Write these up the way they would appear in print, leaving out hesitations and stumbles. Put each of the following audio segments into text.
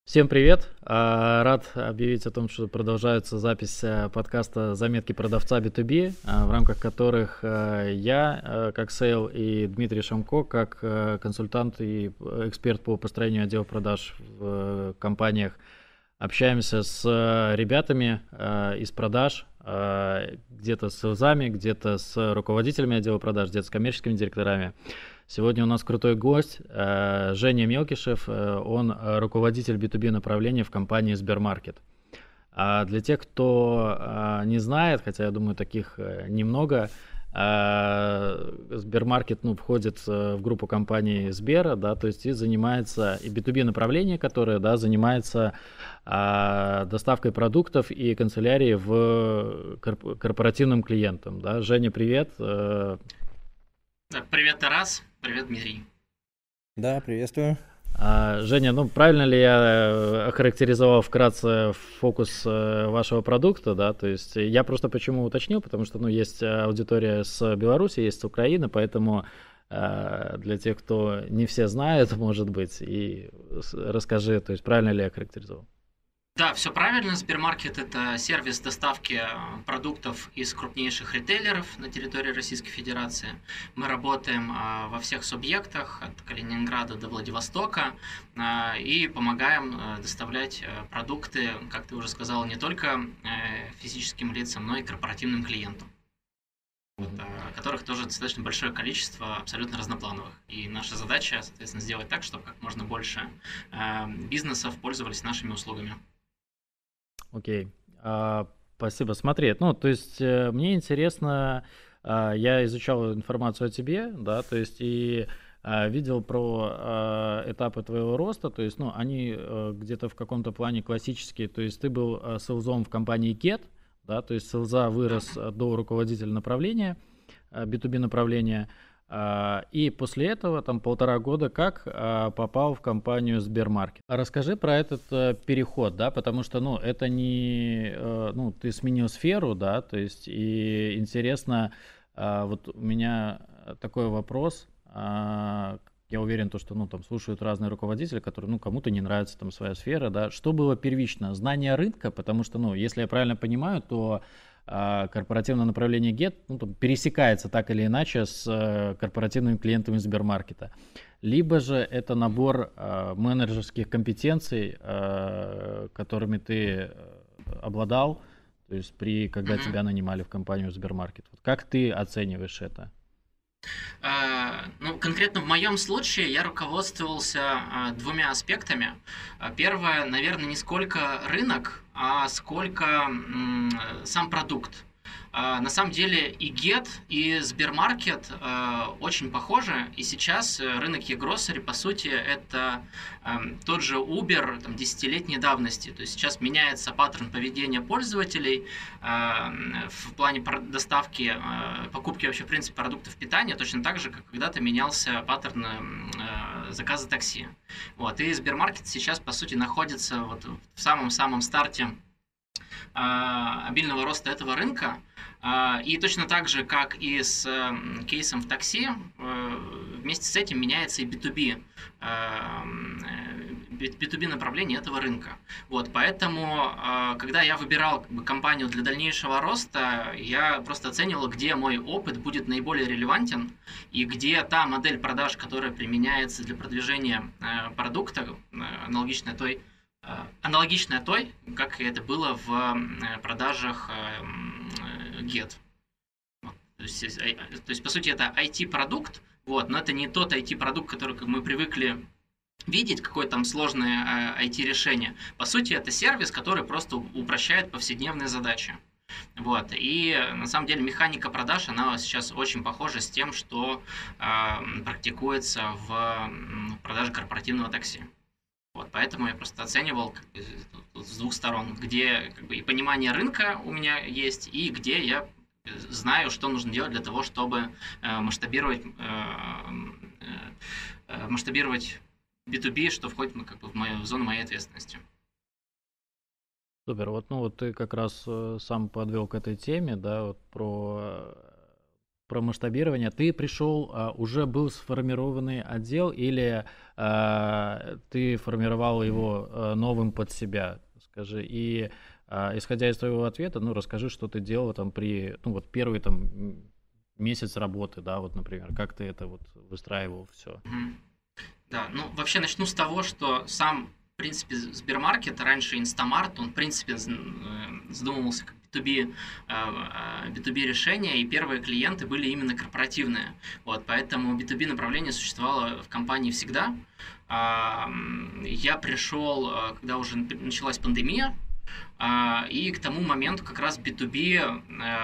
Всем привет! Рад объявить о том, что продолжается запись подкаста «Заметки продавца B2B», в рамках которых я, как сейл, и Дмитрий Шамко, как консультант и эксперт по построению отдела продаж в компаниях, общаемся с ребятами из продаж, где-то с селзами, где-то с руководителями отдела продаж, где-то с коммерческими директорами. Сегодня у нас крутой гость, Женя Мелкишев, он руководитель B2B направления в компании Сбермаркет. А для тех, кто не знает, хотя я думаю, таких немного, Сбермаркет входит в группу компаний Сбера, да, то есть и занимается, и B2B направление, которое, да, занимается доставкой продуктов и канцелярии в корпоративным клиентам. Да. Женя, привет. Привет, Тарас. Привет, Дмитрий. Да, приветствую. Женя, правильно ли я охарактеризовал вкратце фокус вашего продукта, да, то есть я просто почему уточнил, потому что, есть аудитория с Беларуси, есть с Украины, поэтому для тех, кто не все знают, может быть, и расскажи, то есть правильно ли я охарактеризовал? Да, все правильно. Сбермаркет – это сервис доставки продуктов из крупнейших ритейлеров на территории Российской Федерации. Мы работаем во всех субъектах, от Калининграда до Владивостока, и помогаем доставлять продукты, как ты уже сказал, не только физическим лицам, но и корпоративным клиентам, которых тоже достаточно большое количество, абсолютно разноплановых. И наша задача, соответственно, сделать так, чтобы как можно больше бизнесов пользовались нашими услугами. Окей, спасибо. Смотри, то есть мне интересно, я изучал информацию о тебе, да, то есть и видел про этапы твоего роста, то есть, они где-то в каком-то плане классические, то есть ты был селзом в компании Get, да, то есть селза вырос до руководителя направления, B2B направления, и после этого, там 1,5 года, как попал в компанию Сбермаркет. Расскажи про этот переход, да, потому что, это не, ты сменил сферу, да, то есть, и интересно, вот у меня такой вопрос, я уверен, что, там слушают разные руководители, которые, кому-то не нравится там своя сфера, да, что было первично, знание рынка, потому что, если я правильно понимаю, то корпоративное направление Get пересекается так или иначе с корпоративными клиентами Сбермаркета. Либо же это набор менеджерских компетенций, которыми ты обладал, то есть когда тебя нанимали в компанию Сбермаркет. Вот как ты оцениваешь это? Конкретно в моем случае я руководствовался двумя аспектами. Первое, наверное, не сколько рынок, а сколько сам продукт. На самом деле и Get, и Сбермаркет очень похожи, и сейчас рынок e-grocery, по сути, это тот же Uber там, 10-летней давности. То есть сейчас меняется паттерн поведения пользователей в плане доставки, покупки вообще, в принципе, продуктов питания, точно так же, как когда-то менялся паттерн заказа такси. Вот. И Сбермаркет сейчас, по сути, находится вот в самом-самом старте обильного роста этого рынка. И точно так же, как и с кейсом в такси, вместе с этим меняется и B2B, B2B направление этого рынка. Вот, поэтому, когда я выбирал компанию для дальнейшего роста, я просто оценивал, где мой опыт будет наиболее релевантен и где та модель продаж, которая применяется для продвижения продукта, аналогичная той, как это было в продажах Get. То есть, по сути, это IT-продукт, вот, но это не тот IT-продукт, который мы привыкли видеть, какое там сложное IT-решение. По сути, это сервис, который просто упрощает повседневные задачи. Вот. И на самом деле механика продаж, она сейчас очень похожа с тем, что практикуется в продаже корпоративного такси. Вот, поэтому я просто оценивал с двух сторон, где и понимание рынка у меня есть, и где я знаю, что нужно делать для того, чтобы масштабировать B2B, что входит в зону моей ответственности. Супер. Вот ты как раз сам подвел к этой теме, да, вот про про масштабирование. Ты пришел, уже был сформированный отдел или ты формировал его новым под себя? Скажи. И исходя из твоего ответа, расскажи, что ты делал там при, первый там месяц работы, да, вот, например, как ты это вот выстраивал все? Да, вообще начну с того, что сам, в принципе, Сбермаркет, раньше Инстамарт, он, в принципе, задумывался как B2B решения, и первые клиенты были именно корпоративные. Вот, поэтому B2B направление существовало в компании всегда. Я пришел, когда уже началась пандемия, и к тому моменту как раз B2B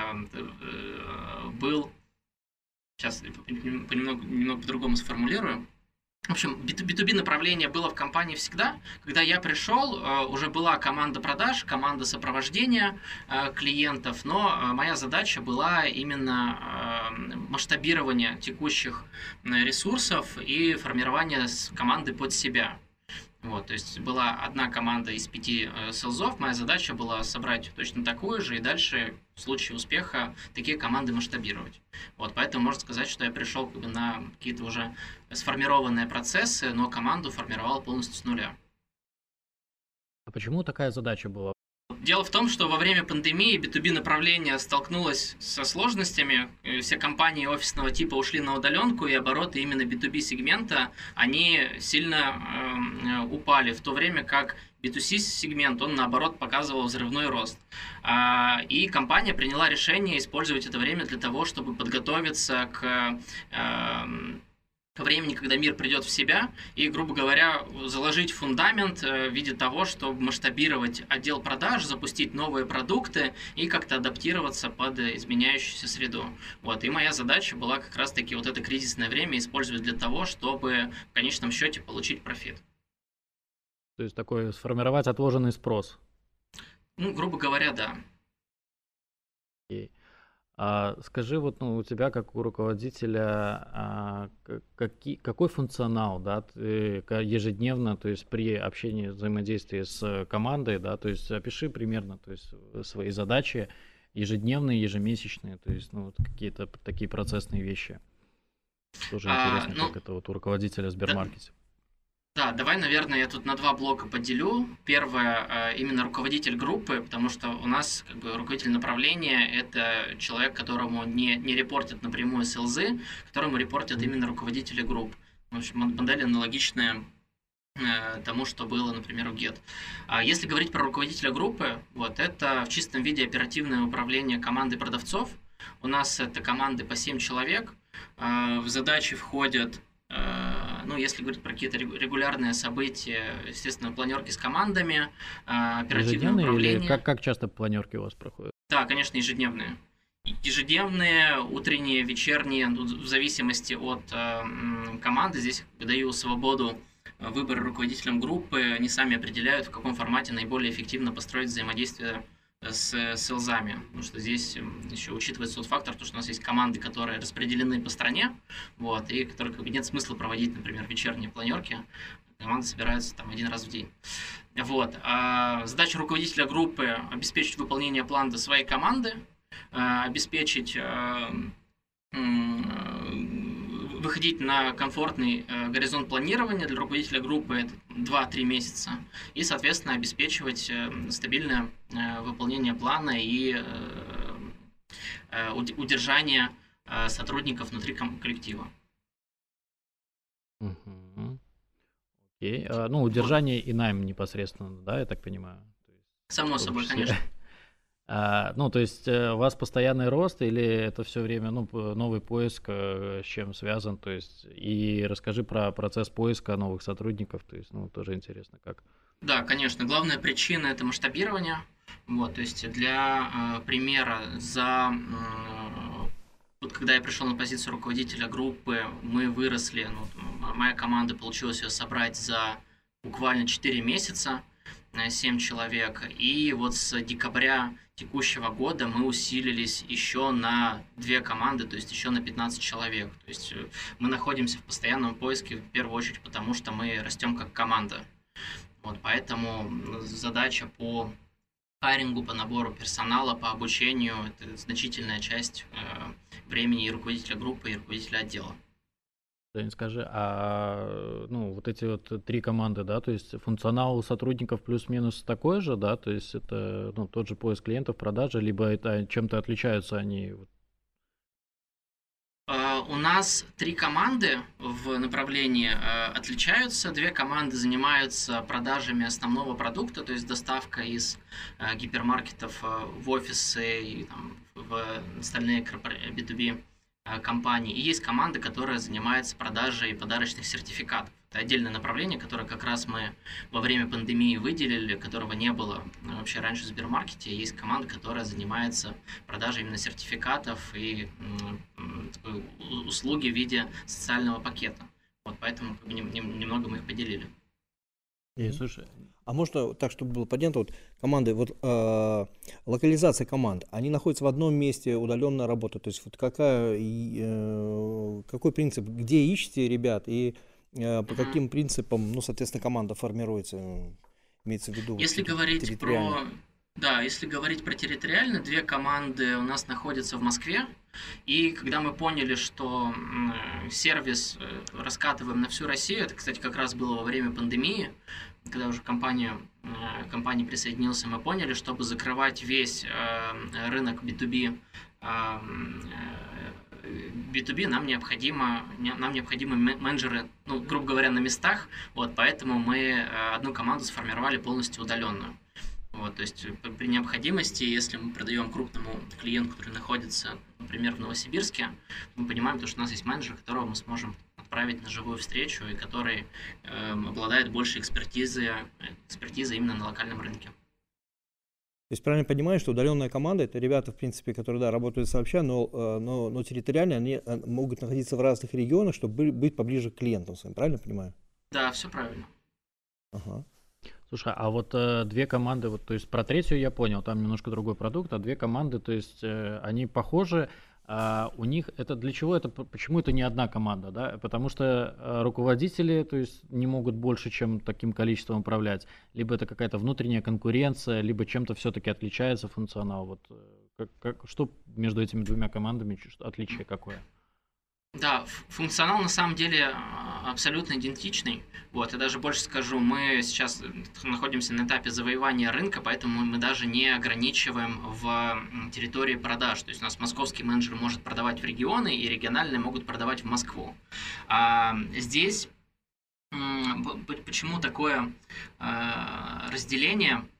был... Сейчас немного по-другому сформулирую. В общем, B2B направление было в компании всегда. Когда я пришел, уже была команда продаж, команда сопровождения клиентов, но моя задача была именно масштабирование текущих ресурсов и формирование команды под себя. Вот, то есть была одна команда из 5 селзов, моя задача была собрать точно такую же и дальше в случае успеха такие команды масштабировать. Вот, поэтому можно сказать, что я пришел на какие-то уже сформированные процессы, но команду формировал полностью с нуля. А почему такая задача была? Дело в том, что во время пандемии B2B направление столкнулось со сложностями. Все компании офисного типа ушли на удаленку, и обороты именно B2B сегмента, они сильно упали, в то время как B2C сегмент, он наоборот показывал взрывной рост. И компания приняла решение использовать это время для того, чтобы подготовиться к времени, когда мир придет в себя, и, грубо говоря, заложить фундамент в виде того, чтобы масштабировать отдел продаж, запустить новые продукты и как-то адаптироваться под изменяющуюся среду. Вот. И моя задача была как раз-таки вот это кризисное время использовать для того, чтобы в конечном счете получить профит. То есть такой сформировать отложенный спрос? Грубо говоря, да. Скажи, вот у тебя как у руководителя, какой функционал, да, ты ежедневно, то есть при общении, взаимодействии с командой, да, то есть опиши примерно, то есть свои задачи ежедневные, ежемесячные, то есть вот какие-то такие процессные вещи. Тоже интересно, как это вот у руководителя Сбермаркете. Да, давай, наверное, я тут на 2 блока поделю. Первое, именно руководитель группы, потому что у нас руководитель направления – это человек, которому не репортят напрямую селзы, которому репортят именно руководители групп. В общем, модель аналогичная тому, что было, например, у Get. Если говорить про руководителя группы, вот это в чистом виде оперативное управление командой продавцов. У нас это команды по 7 человек. В задачи входят... если говорить про какие-то регулярные события, естественно, планерки с командами, оперативное управление. Или как часто планерки у вас проходят? Да, конечно, ежедневные. Ежедневные, утренние, вечерние, в зависимости от команды. Здесь даю свободу выбора руководителям группы. Они сами определяют, в каком формате наиболее эффективно построить взаимодействие с селзами, потому что здесь еще учитывается тот фактор, что у нас есть команды, которые распределены по стране, вот, и которые нет смысла проводить, например, вечерние планерки. Команды собираются там 1 раз в день. Вот. Задача руководителя группы – обеспечить выполнение плана своей команды, обеспечить выходить на комфортный горизонт планирования для руководителя группы это 2-3 месяца и, соответственно, обеспечивать стабильное выполнение плана и удержание сотрудников внутри коллектива. Окей. Удержание и найм непосредственно, да, я так понимаю? Само собой, конечно. То есть у вас постоянный рост или это все время новый поиск, с чем связан? То есть и расскажи про процесс поиска новых сотрудников, то есть тоже интересно как. Да, конечно. Главная причина – это масштабирование. Вот, то есть для примера, вот когда я пришел на позицию руководителя группы, мы выросли, моя команда получилось ее собрать за буквально 4 месяца, 7 человек, и вот с декабря текущего года мы усилились еще на 2 команды, то есть еще на 15 человек. То есть мы находимся в постоянном поиске, в первую очередь, потому что мы растем как команда. Вот, поэтому задача по хайрингу, по набору персонала, по обучению – это значительная часть времени и руководителя группы, и руководителя отдела. Жень, скажи, ну, вот эти вот 3 команды, да, то есть функционал у сотрудников плюс-минус такой же, да, то есть это, ну, тот же поиск клиентов, продажи, либо это чем-то отличаются они? У нас 3 команды в направлении отличаются. 2 команды занимаются продажами основного продукта, то есть доставка из гипермаркетов в офисы и там, в остальные B2B компании. И есть команда, которая занимается продажей подарочных сертификатов. Это отдельное направление, которое как раз мы во время пандемии выделили, которого не было вообще раньше в Сбермаркете. Есть команда, которая занимается продажей именно сертификатов и услуги в виде социального пакета. Вот поэтому немного мы их поделили. Слушай, А можно так, чтобы было понятно, вот команды, вот локализация команд, они находятся в одном месте, удаленно работают. То есть вот какой принцип, где ищете ребят и по каким принципам, ну, соответственно, команда формируется, имеется в виду. Если говорить про... Да, если говорить про территориально, 2 команды у нас находятся в Москве, и когда мы поняли, что сервис раскатываем на всю Россию, это, кстати, как раз было во время пандемии, когда уже компания присоединился, мы поняли, чтобы закрывать весь рынок B2B, нам необходимы менеджеры, ну, грубо говоря, на местах, вот, поэтому мы одну команду сформировали полностью удаленную. Вот, то есть при необходимости, если мы продаем крупному клиенту, который находится, например, в Новосибирске, мы понимаем, что у нас есть менеджер, которого мы сможем отправить на живую встречу и который обладает большей экспертизой именно на локальном рынке. То есть правильно понимаю, что удаленная команда — это ребята, в принципе, которые, да, работают сообща, но территориально они могут находиться в разных регионах, чтобы быть поближе к клиентам своим, правильно понимаю? Да, все правильно. Ага. Слушай, а вот 2 команды, вот, то есть про третью я понял, там немножко другой продукт, а 2 команды, то есть они похожи, а у них это для чего это, почему это не одна команда, да? Потому что руководители, то есть не могут больше, чем таким количеством управлять, либо это какая-то внутренняя конкуренция, либо чем-то все-таки отличается функционал. Вот что между этими 2 командами, отличие какое? Да, функционал на самом деле абсолютно идентичный. Вот, и даже больше скажу, мы сейчас находимся на этапе завоевания рынка, поэтому мы даже не ограничиваем в территории продаж. То есть у нас московский менеджер может продавать в регионы, и региональные могут продавать в Москву. Здесь почему такое разделение?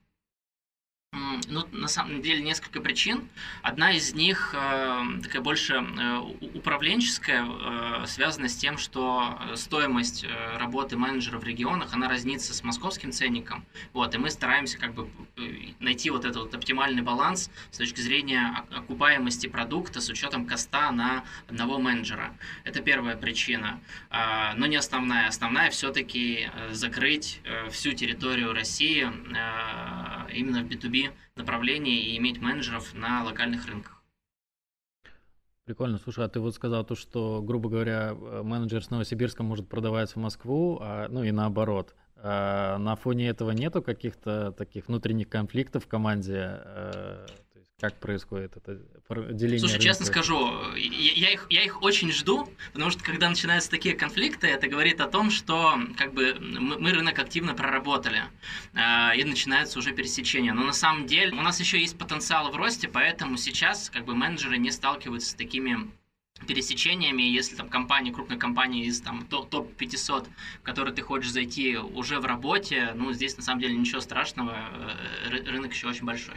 Ну, на самом деле, несколько причин. Одна из них такая больше управленческая, связана с тем, что стоимость работы менеджера в регионах, она разнится с московским ценником. Вот, и мы стараемся как бы найти вот этот вот оптимальный баланс с точки зрения окупаемости продукта с учетом коста на одного менеджера. Это первая причина, но не основная. Основная все-таки закрыть всю территорию России именно в B2B направлении и иметь менеджеров на локальных рынках. Прикольно. Слушай, а ты вот сказал то, что, грубо говоря, менеджер с Новосибирска может продавать в Москву, ну и наоборот. На фоне этого нету каких-то таких внутренних конфликтов в команде? То есть как происходит это деление? Слушай, рынка? честно скажу, я их очень жду, потому что когда начинаются такие конфликты, это говорит о том, что как бы мы рынок активно проработали, и начинаются уже пересечения. Но на самом деле у нас еще есть потенциал в росте, поэтому сейчас как бы менеджеры не сталкиваются с такими пересечениями, если там крупная компания из там топ-500, в которую ты хочешь зайти, уже в работе, ну здесь на самом деле ничего страшного, рынок еще очень большой.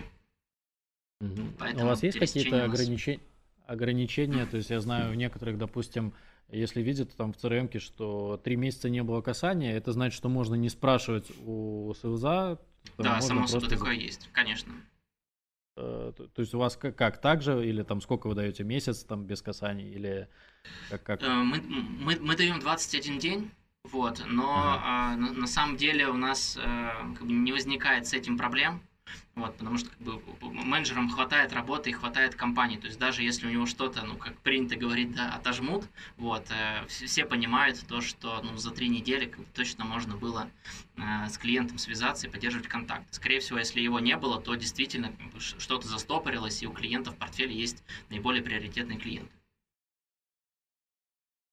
У вас есть какие-то ограничения? То есть я знаю, у некоторых, допустим, если видят там в CRM-ке, что 3 месяца не было касания, это значит, что можно не спрашивать у СЛЗа. Да, само собой такое есть, конечно. То есть у вас как так же, или там сколько вы даете, месяц там без касаний, или как? Мы даем 21 день, вот, но на самом деле у нас как бы не возникает с этим проблем. Вот, потому что как бы, менеджерам хватает работы и хватает компаний. То есть даже если у него что-то, ну, как принято говорить, да, отожмут, вот, все понимают то, что за 3 недели как бы, точно можно было с клиентом связаться и поддерживать контакт. Скорее всего, если его не было, то действительно как бы, что-то застопорилось, и у клиента в портфеле есть наиболее приоритетные клиенты.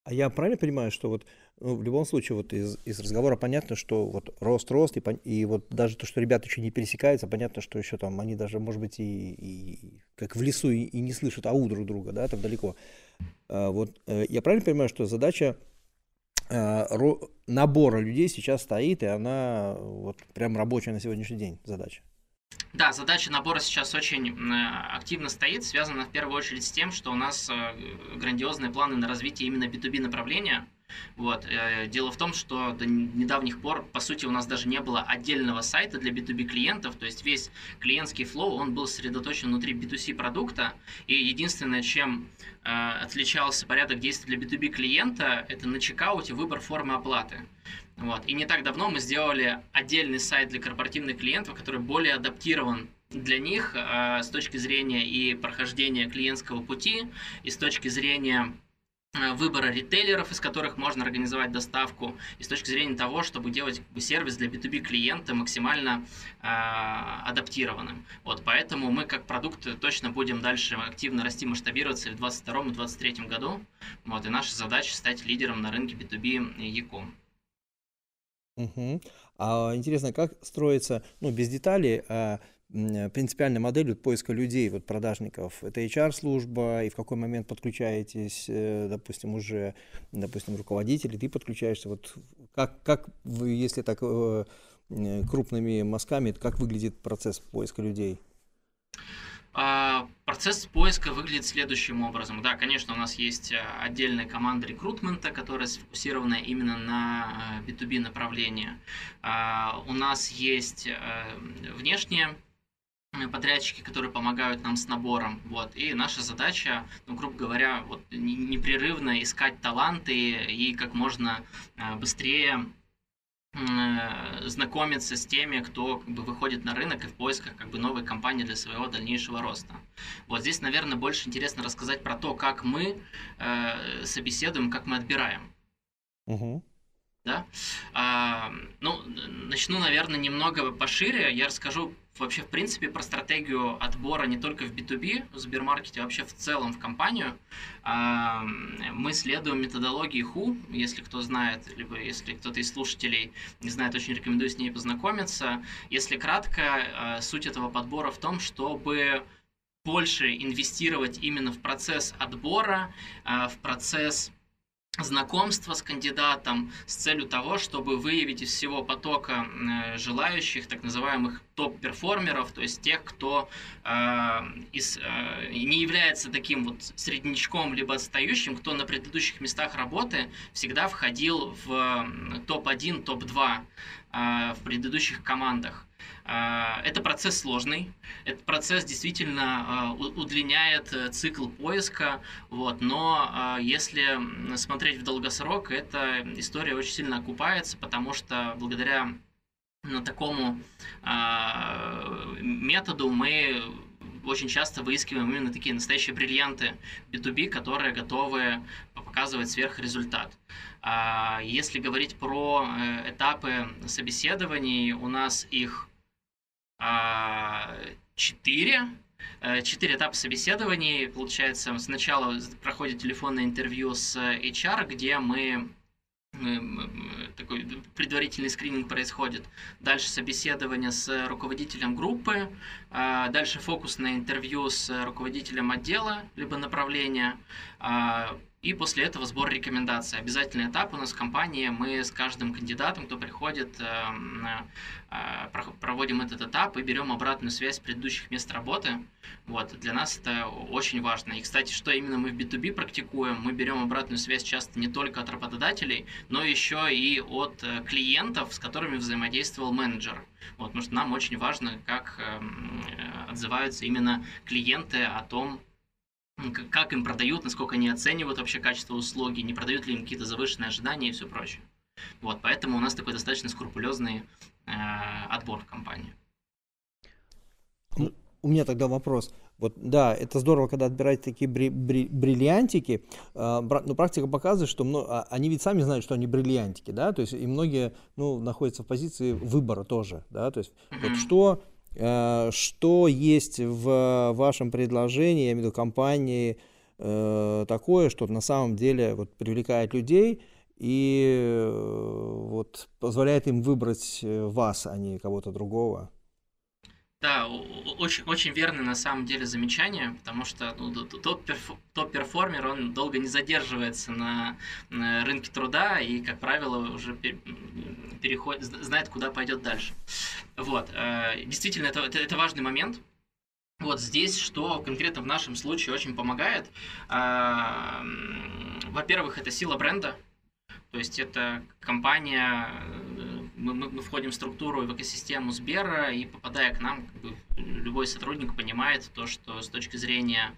А я правильно понимаю, что вот ну, в любом случае вот из разговора понятно, что вот рост, и вот даже то, что ребята еще не пересекаются, понятно, что еще там они даже, может быть, и как в лесу и не слышат ау друг друга, да, там далеко. Я правильно понимаю, что задача набора людей сейчас стоит, и она вот прям рабочая на сегодняшний день задача? Да, задача набора сейчас очень активно стоит, связана в первую очередь с тем, что у нас грандиозные планы на развитие именно B2B направления. Дело в том, что до недавних пор, по сути, у нас даже не было отдельного сайта для B2B клиентов, то есть весь клиентский флоу, он был сосредоточен внутри B2C продукта, и единственное, чем отличался порядок действий для B2B клиента, это на чекауте выбор формы оплаты. И не так давно мы сделали отдельный сайт для корпоративных клиентов, который более адаптирован для них с точки зрения и прохождения клиентского пути, и с точки зрения выбора ритейлеров, из которых можно организовать доставку, и с точки зрения того, чтобы делать сервис для B2B клиента максимально адаптированным. Поэтому мы как продукт точно будем дальше активно расти, масштабироваться и в 2022 и 2023 году. И наша задача стать лидером на рынке B2B e-com. Интересно, как строится, без деталей, принципиальная модель поиска людей, продажников? Это HR-служба, и в какой момент подключаетесь, допустим, руководители, ты подключаешься? Как вы, если так крупными мазками, как выглядит процесс поиска людей? Процесс поиска выглядит следующим образом. Да, конечно, у нас есть отдельная команда рекрутмента, которая сфокусирована именно на B2B направление. У нас есть внешние подрядчики, которые помогают нам с набором. И наша задача, грубо говоря, непрерывно искать таланты и как можно быстрее знакомиться с теми, кто выходит на рынок и в поисках новой компании для своего дальнейшего роста. Здесь, наверное, больше интересно рассказать про то, как мы собеседуем, как мы отбираем. Да? Начну, наверное, немного пошире. Я расскажу вообще, в принципе, про стратегию отбора не только в B2B, в Сбермаркете, а вообще в целом в компанию. Мы следуем методологии Who, если кто знает, либо если кто-то из слушателей не знает, очень рекомендую с ней познакомиться. Если кратко, суть этого подбора в том, чтобы больше инвестировать именно в процесс отбора, в процесс знакомства с кандидатом с целью того, чтобы выявить из всего потока желающих, так называемых топ-перформеров, то есть тех, кто не является таким среднячком либо отстающим, кто на предыдущих местах работы всегда входил в топ-1, топ-2 в предыдущих командах. Это процесс сложный, этот процесс действительно удлиняет цикл поиска, но если смотреть в долгосрок, эта история очень сильно окупается, потому что благодаря такому методу мы очень часто выискиваем именно такие настоящие бриллианты B2B, которые готовы показывать сверхрезультат. Если говорить про этапы собеседований, у нас их 4 этапа собеседований. Получается, сначала проходит телефонное интервью с HR, где такой предварительный скрининг происходит. Дальше собеседование с руководителем группы. Дальше фокусное интервью с руководителем отдела, либо направления. И после этого сбор рекомендаций. Обязательный этап у нас в компании. Мы с каждым кандидатом, кто приходит, проводим этот этап и берем обратную связь с предыдущих мест работы. Для нас это очень важно. И, кстати, что именно мы в B2B практикуем? Мы берем обратную связь часто не только от работодателей, но еще и от клиентов, с которыми взаимодействовал менеджер. Потому что нам очень важно, как отзываются именно клиенты о том, как им продают, насколько они оценивают вообще качество услуги, не продают ли им какие-то завышенные ожидания и все прочее. Поэтому у нас такой достаточно скрупулезный отбор в компании. У меня тогда вопрос. Да, это здорово, когда отбираете такие бриллиантики, но практика показывает, что они ведь сами знают, что они бриллиантики, да, то есть и многие находятся в позиции выбора тоже, да, то есть что есть в вашем предложении, я имею в виду компании, такое, что на самом деле вот привлекает людей и вот позволяет им выбрать вас, а не кого-то другого. Да, очень, очень верное на самом деле замечание, потому что топ-перформер, он долго не задерживается на рынке труда и, как правило, уже переходит, знает, куда пойдет дальше. Вот. Действительно, это важный момент. Вот здесь, что конкретно в нашем случае очень помогает. Во-первых, это сила бренда. То есть это компания, мы входим в структуру, в экосистему Сбера, и попадая к нам, как бы, любой сотрудник понимает то, что с точки зрения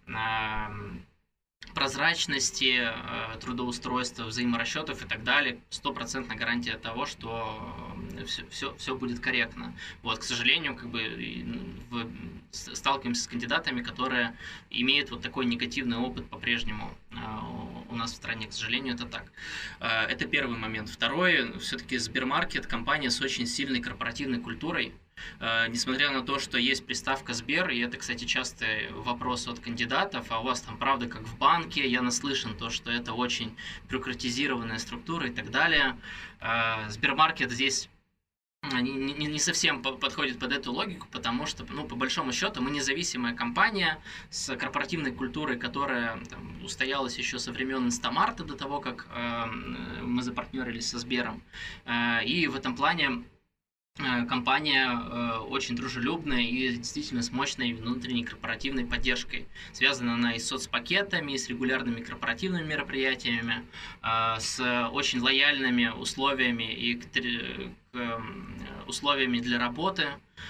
прозрачности, трудоустройства, взаиморасчетов и так далее, стопроцентная гарантия того, что все будет корректно. Вот, к сожалению, как бы сталкиваемся с кандидатами, которые имеют вот такой негативный опыт по-прежнему у нас в стране, к сожалению, это так. Это первый момент. Второй, все-таки Сбермаркет, компания с очень сильной корпоративной культурой. Несмотря на то, что есть приставка Сбер, и это, кстати, частый вопрос от кандидатов, а у вас там правда как в банке, я наслышан то, что это очень бюрократизированная структура и так далее. Сбермаркет здесь не совсем подходит под эту логику, потому что, ну, по большому счету, мы независимая компания с корпоративной культурой, которая там устоялась еще со времен Инстамарта, до того, как мы запартнерились со Сбером. И в этом плане компания очень дружелюбная и действительно с мощной внутренней корпоративной поддержкой. Связана она и с соцпакетами, и с регулярными корпоративными мероприятиями, с очень лояльными условиями и условиями для работы.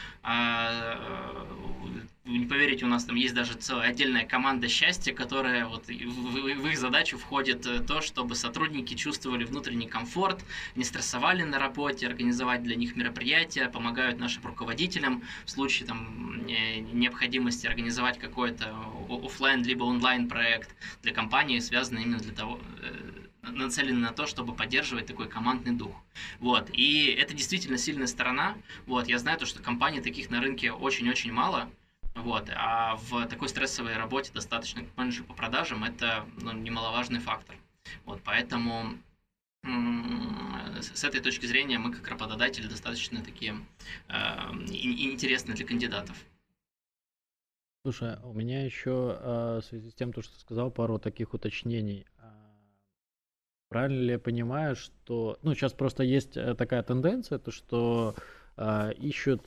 Вы не поверите, у нас там есть даже целая отдельная команда счастья, которая вот в их задачу входит то, чтобы сотрудники чувствовали внутренний комфорт, не стрессовали на работе, организовать для них мероприятия, помогают нашим руководителям в случае там необходимости организовать какой-то офлайн либо онлайн проект для компании, связанный именно для того, нацелены на то, чтобы поддерживать такой командный дух. Вот. И это действительно сильная сторона. Вот. Я знаю, что компаний таких на рынке очень-очень мало. Вот. А в такой стрессовой работе достаточно менеджер по продажам это, ну, немаловажный фактор. Вот. Поэтому с этой точки зрения мы как работодатели достаточно такие интересны для кандидатов. Слушай, у меня еще в связи с тем, что ты сказал, пару таких уточнений. Правильно ли я понимаю, что, ну, сейчас просто есть такая тенденция, то что ищут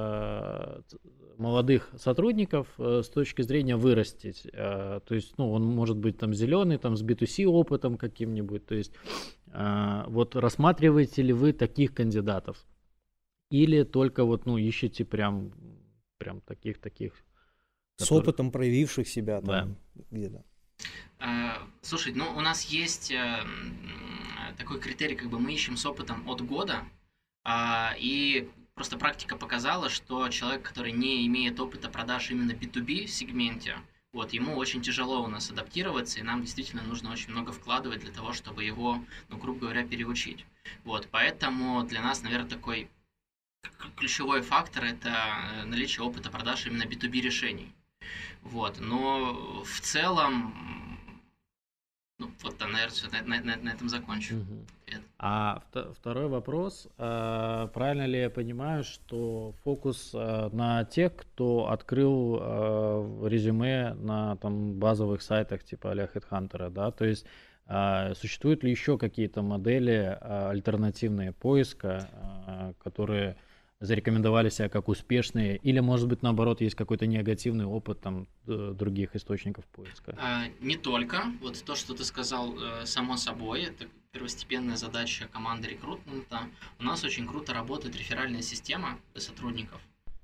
молодых сотрудников с точки зрения вырастить. То есть, ну, он может быть там зеленый, там с B2C опытом каким-нибудь. То есть, вот рассматриваете ли вы таких кандидатов? Или только вот, ну, ищете прям таких. С опытом проявивших себя Да. там где-то. Слушай, ну у нас есть такой критерий, как бы мы ищем с опытом от года, и просто практика показала, что человек, который не имеет опыта продаж именно B2B сегменте, вот, ему очень тяжело у нас адаптироваться, и нам действительно нужно очень много вкладывать для того, чтобы его, ну, грубо говоря, переучить. Вот, поэтому для нас, наверное, такой ключевой фактор – это наличие опыта продаж именно B2B решений. Вот, но в целом, ну, вот, наверное, на этом закончу. Угу. А второй вопрос. Правильно ли я понимаю, что фокус на тех, кто открыл резюме на там базовых сайтах типа а-ля HeadHunter, да? То есть существуют ли еще какие-то модели альтернативные поиска, которые зарекомендовали себя как успешные, или, может быть, наоборот, есть какой-то негативный опыт там других источников поиска? Не только. Вот то, что ты сказал, само собой, это первостепенная задача команды рекрутмента. У нас очень круто работает реферальная система для сотрудников.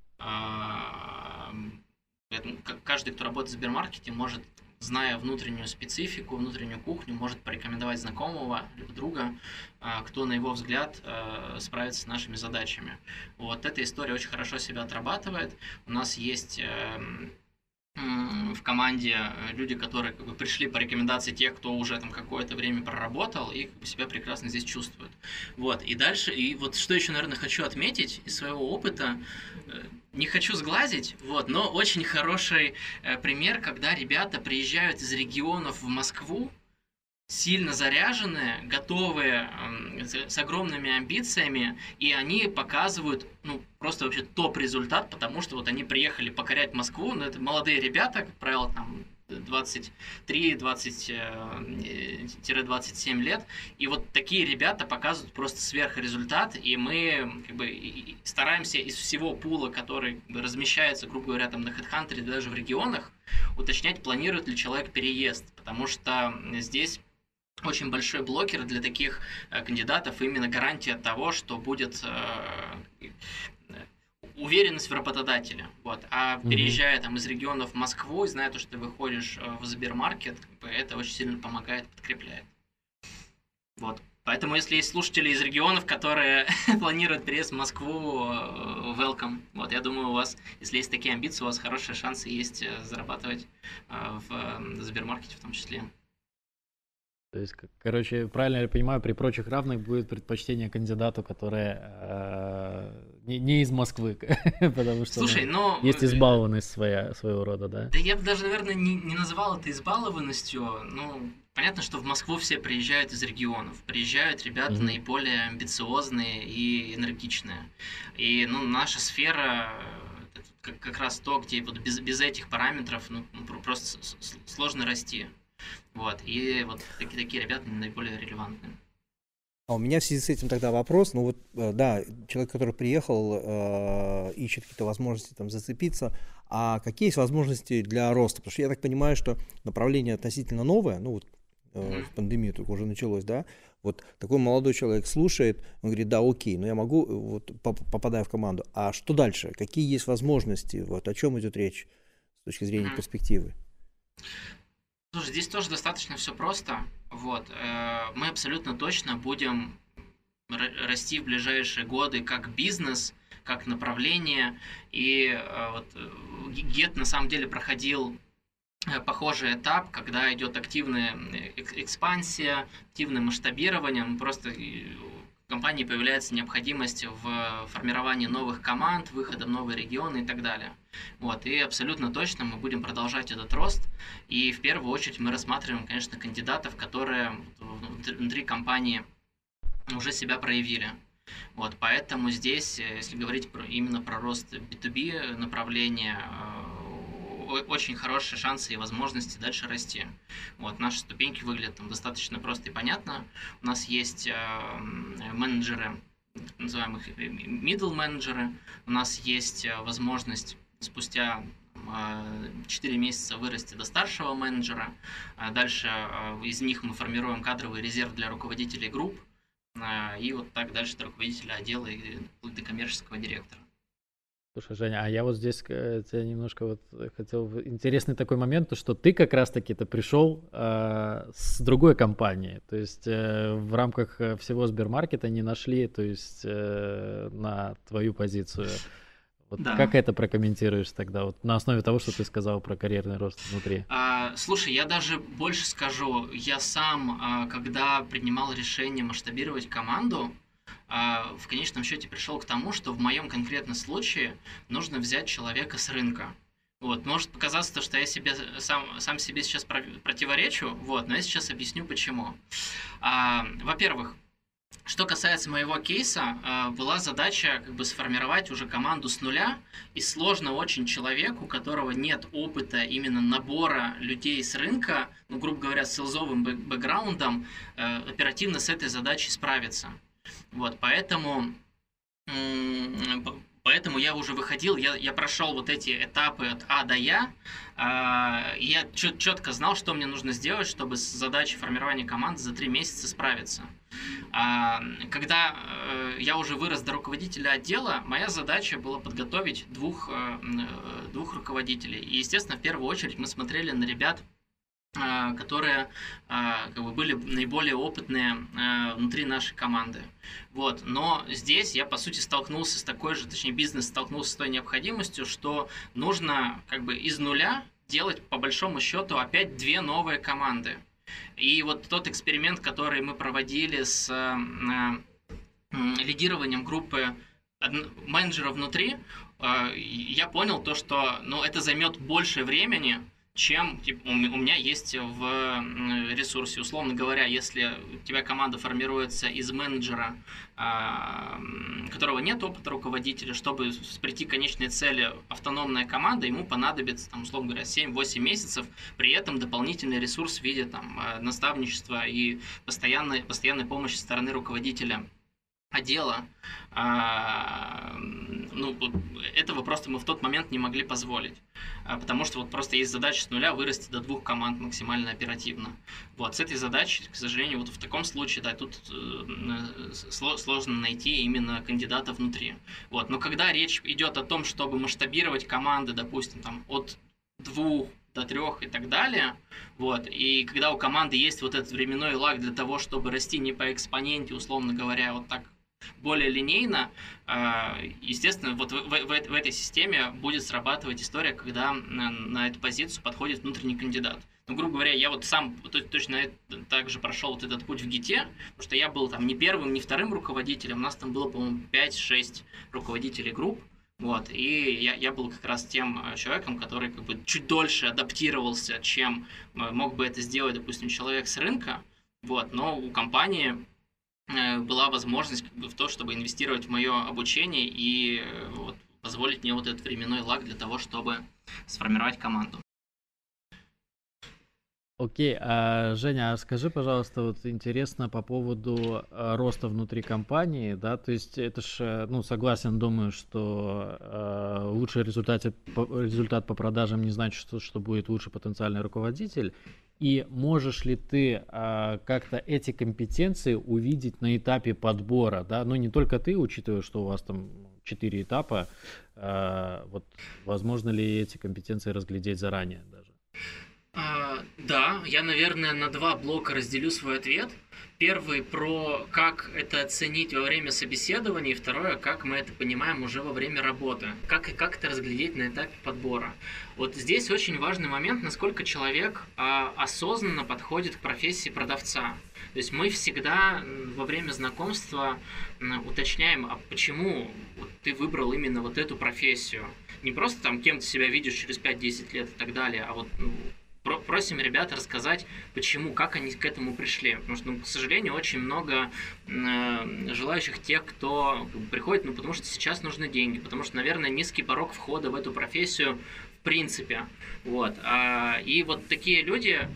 Каждый, кто работает в Сбермаркете, может, зная внутреннюю специфику, внутреннюю кухню, может порекомендовать знакомого либо друга, кто, на его взгляд, справится с нашими задачами. Вот эта история очень хорошо себя отрабатывает. У нас есть в команде люди, которые как бы пришли по рекомендации тех, кто уже там какое-то время проработал и как бы себя прекрасно здесь чувствует. Вот. И дальше, и вот что еще, наверное, хочу отметить из своего опыта, не хочу сглазить, вот, но очень хороший пример, когда ребята приезжают из регионов в Москву, сильно заряженные, готовые, с огромными амбициями, и они показывают, ну, просто вообще топ-результат, потому что вот они приехали покорять Москву, но это молодые ребята, как правило, там 23-27 лет, и вот такие ребята показывают просто сверхрезультат, и мы как бы стараемся из всего пула, который как бы размещается, грубо говоря, там на HeadHunter, даже в регионах, уточнять, планирует ли человек переезд, потому что здесь очень большой блокер для таких кандидатов, именно гарантия того, что будет уверенность в работодателе. Вот. А переезжая там из регионов в Москву, зная то, что ты выходишь в Сбермаркет, как бы это очень сильно помогает, подкрепляет. Вот. Поэтому, если есть слушатели из регионов, которые планируют переезд в Москву, welcome. Вот, я думаю, у вас, если есть такие амбиции, у вас хорошие шансы есть зарабатывать в Сбермаркете в том числе. То есть, короче, правильно я понимаю, при прочих равных будет предпочтение кандидату, который не из Москвы, потому что слушай, есть избалованность своего рода, да? Да я бы даже, наверное, не называл это избалованностью. Ну, понятно, что в Москву все приезжают из регионов. Приезжают ребята наиболее амбициозные и энергичные. И, ну, наша сфера как раз то, где вот без этих параметров ну, просто сложно расти. Вот, и вот такие ребята наиболее релевантные. А у меня в связи с этим тогда вопрос, ну вот, да, человек, который приехал, ищет какие-то возможности там зацепиться, а какие есть возможности для роста? Потому что я так понимаю, что направление относительно новое, ну вот в пандемию только уже началось, да, вот такой молодой человек слушает, он говорит, да, окей, но я могу, вот попадая в команду, а что дальше? Какие есть возможности, вот о чем идет речь с точки зрения перспективы? Слушай, здесь тоже достаточно все просто. Вот. Мы абсолютно точно будем расти в ближайшие годы как бизнес, как направление. И вот Get на самом деле проходил похожий этап, когда идет активная экспансия, активное масштабирование. Просто в компании появляется необходимость в формировании новых команд, выхода в новые регионы и так далее. Вот, и абсолютно точно мы будем продолжать этот рост. И в первую очередь мы рассматриваем, конечно, кандидатов, которые внутри компании уже себя проявили. Вот, поэтому здесь, если говорить именно про рост B2B направления, очень хорошие шансы и возможности дальше расти. Вот, наши ступеньки выглядят там достаточно просто и понятно. У нас есть менеджеры, называемых middle менеджеры. У нас есть возможность спустя 4 месяца вырасти до старшего менеджера. Дальше из них мы формируем кадровый резерв для руководителей групп. И вот так дальше до руководителя отдела и до коммерческого директора. Слушай, Женя, а я вот здесь тебя немножко вот хотел... Интересный такой момент, то что ты как раз-таки-то пришел с другой компании, то есть в рамках всего Сбермаркета не нашли, то есть на твою позицию. Вот да. Как это прокомментируешь тогда, вот на основе того, что ты сказал про карьерный рост внутри? Слушай, я даже больше скажу, я сам, когда принимал решение масштабировать команду, в конечном счете пришел к тому, что в моем конкретном случае нужно взять человека с рынка. Вот, может показаться, что я сам себе сейчас противоречу, вот, но я сейчас объясню почему. Во-первых, что касается моего кейса, была задача как бы сформировать уже команду с нуля, и сложно очень человеку, у которого нет опыта именно набора людей с рынка, ну, грубо говоря, с селзовым бэкграундом, оперативно с этой задачей справиться. Вот, поэтому я уже выходил, я прошел вот эти этапы от А до Я четко знал, что мне нужно сделать, чтобы с задачей формирования команды за 3 месяца справиться. Когда я уже вырос до руководителя отдела, моя задача была подготовить двух руководителей. И, естественно, в первую очередь мы смотрели на ребят, которые как бы были наиболее опытные внутри нашей команды. Вот. Но здесь я, по сути, столкнулся с такой же, точнее, бизнес столкнулся с той необходимостью, что нужно как бы из нуля делать, по большому счету, опять две новые команды. И вот тот эксперимент, который мы проводили с лидированием группы менеджера внутри, я понял то, что это займет больше времени, чем у меня есть в ресурсе. Условно говоря, если у тебя команда формируется из менеджера, которого нет опыта руководителя, чтобы прийти к конечной цели автономная команда, ему понадобится, условно говоря, 7-8 месяцев, при этом дополнительный ресурс в виде наставничества и постоянной помощи со стороны руководителя отдела. Этого просто мы в тот момент не могли позволить, потому что просто есть задача с нуля вырасти до 2 команд максимально оперативно. С этой задачей, к сожалению, в таком случае, тут сложно найти именно кандидата внутри. Но когда речь идет о том, чтобы масштабировать команды, допустим, от 2 до 3 и так далее, и когда у команды есть этот временной лаг для того, чтобы расти не по экспоненте, условно говоря, так более линейно, естественно, в этой системе будет срабатывать история, когда на эту позицию подходит внутренний кандидат. Грубо говоря, я сам точно так же прошел этот путь в Гите, потому что я был не первым, не вторым руководителем, у нас там было, по-моему, 5-6 руководителей групп, и я был как раз тем человеком, который чуть дольше адаптировался, чем мог бы это сделать, допустим, человек с рынка, но у компании была возможность в то, чтобы инвестировать в мое обучение и позволить мне этот временной лаг для того, чтобы сформировать команду. Окей, Женя, скажи, пожалуйста, интересно по поводу роста внутри компании, да, то есть это ж, согласен, думаю, что лучший результат по продажам не значит, что будет лучший потенциальный руководитель, и можешь ли ты как-то эти компетенции увидеть на этапе подбора, да, не только ты, учитывая, что у вас там 4 этапа, возможно ли эти компетенции разглядеть заранее даже? Да, я, наверное, на 2 блока разделю свой ответ. Первый про как это оценить во время собеседования, и второе, как мы это понимаем уже во время работы. Как это разглядеть на этапе подбора. Здесь очень важный момент, насколько человек осознанно подходит к профессии продавца. То есть мы всегда во время знакомства уточняем, а почему ты выбрал именно эту профессию. Не просто кем ты себя видишь через 5-10 лет и так далее, а просим ребят рассказать, почему, как они к этому пришли. Потому что, к сожалению, очень много желающих тех, кто приходит, потому что сейчас нужны деньги, потому что, наверное, низкий порог входа в эту профессию в принципе. И такие люди,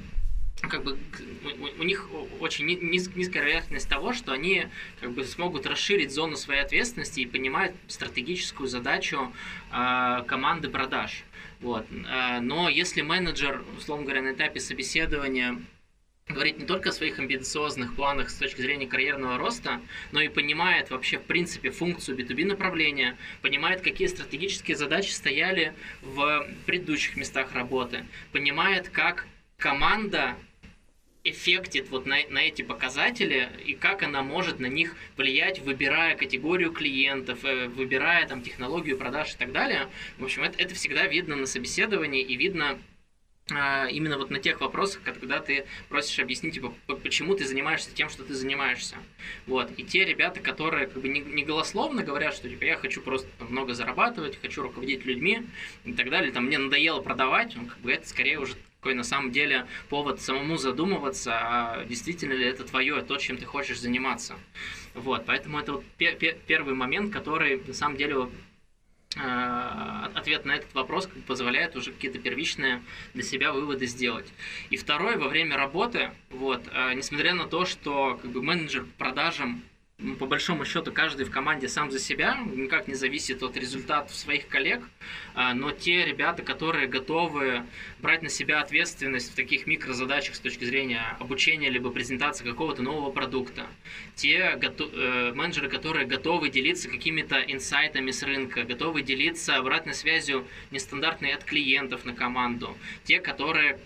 у них очень низкая вероятность того, что они смогут расширить зону своей ответственности и понимают стратегическую задачу команды продаж. Но если менеджер, условно говоря, на этапе собеседования говорит не только о своих амбициозных планах с точки зрения карьерного роста, но и понимает вообще в принципе функцию B2B направления, понимает, какие стратегические задачи стояли в предыдущих местах работы, понимает, как команда эффектит на эти показатели и как она может на них влиять, выбирая категорию клиентов, выбирая технологию продаж и так далее. В общем, это всегда видно на собеседовании и видно именно на тех вопросах, когда ты просишь объяснить, почему ты занимаешься тем, что ты занимаешься. И те ребята, которые не голословно говорят, что я хочу просто много зарабатывать, хочу руководить людьми и так далее, мне надоело продавать, это скорее уже такой на самом деле повод самому задумываться, а действительно ли это твое, то, чем ты хочешь заниматься. Поэтому это первый момент, который на самом деле ответ на этот вопрос позволяет уже какие-то первичные для себя выводы сделать. И второй, во время работы, несмотря на то, что менеджер по продажам, по большому счету, каждый в команде сам за себя, никак не зависит от результатов своих коллег, но те ребята, которые готовы брать на себя ответственность в таких микрозадачах с точки зрения обучения либо презентации какого-то нового продукта, те менеджеры, которые готовы делиться какими-то инсайтами с рынка, готовы делиться обратной связью нестандартной от клиентов на команду, те, которые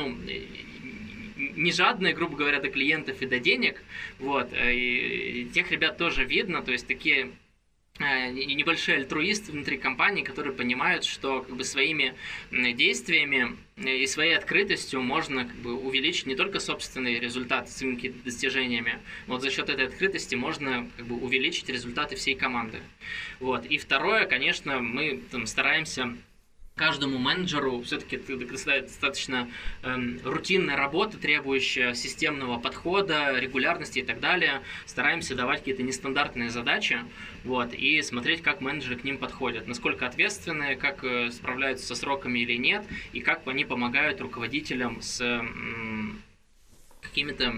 не жадные, грубо говоря, до клиентов и до денег, и тех ребят тоже видно, то есть такие небольшие альтруисты внутри компании, которые понимают, что как бы своими действиями и своей открытостью можно как бы увеличить не только собственные результаты своими какими-то достижениями, вот за счет этой открытости можно как бы увеличить результаты всей команды. Вот. И второе, конечно, мы там стараемся каждому менеджеру, все-таки это достаточно рутинная работа, требующая системного подхода, регулярности и так далее. Стараемся давать какие-то нестандартные задачи, вот, и смотреть, как менеджеры к ним подходят, насколько ответственные, как справляются со сроками или нет, и как они помогают руководителям с какими-то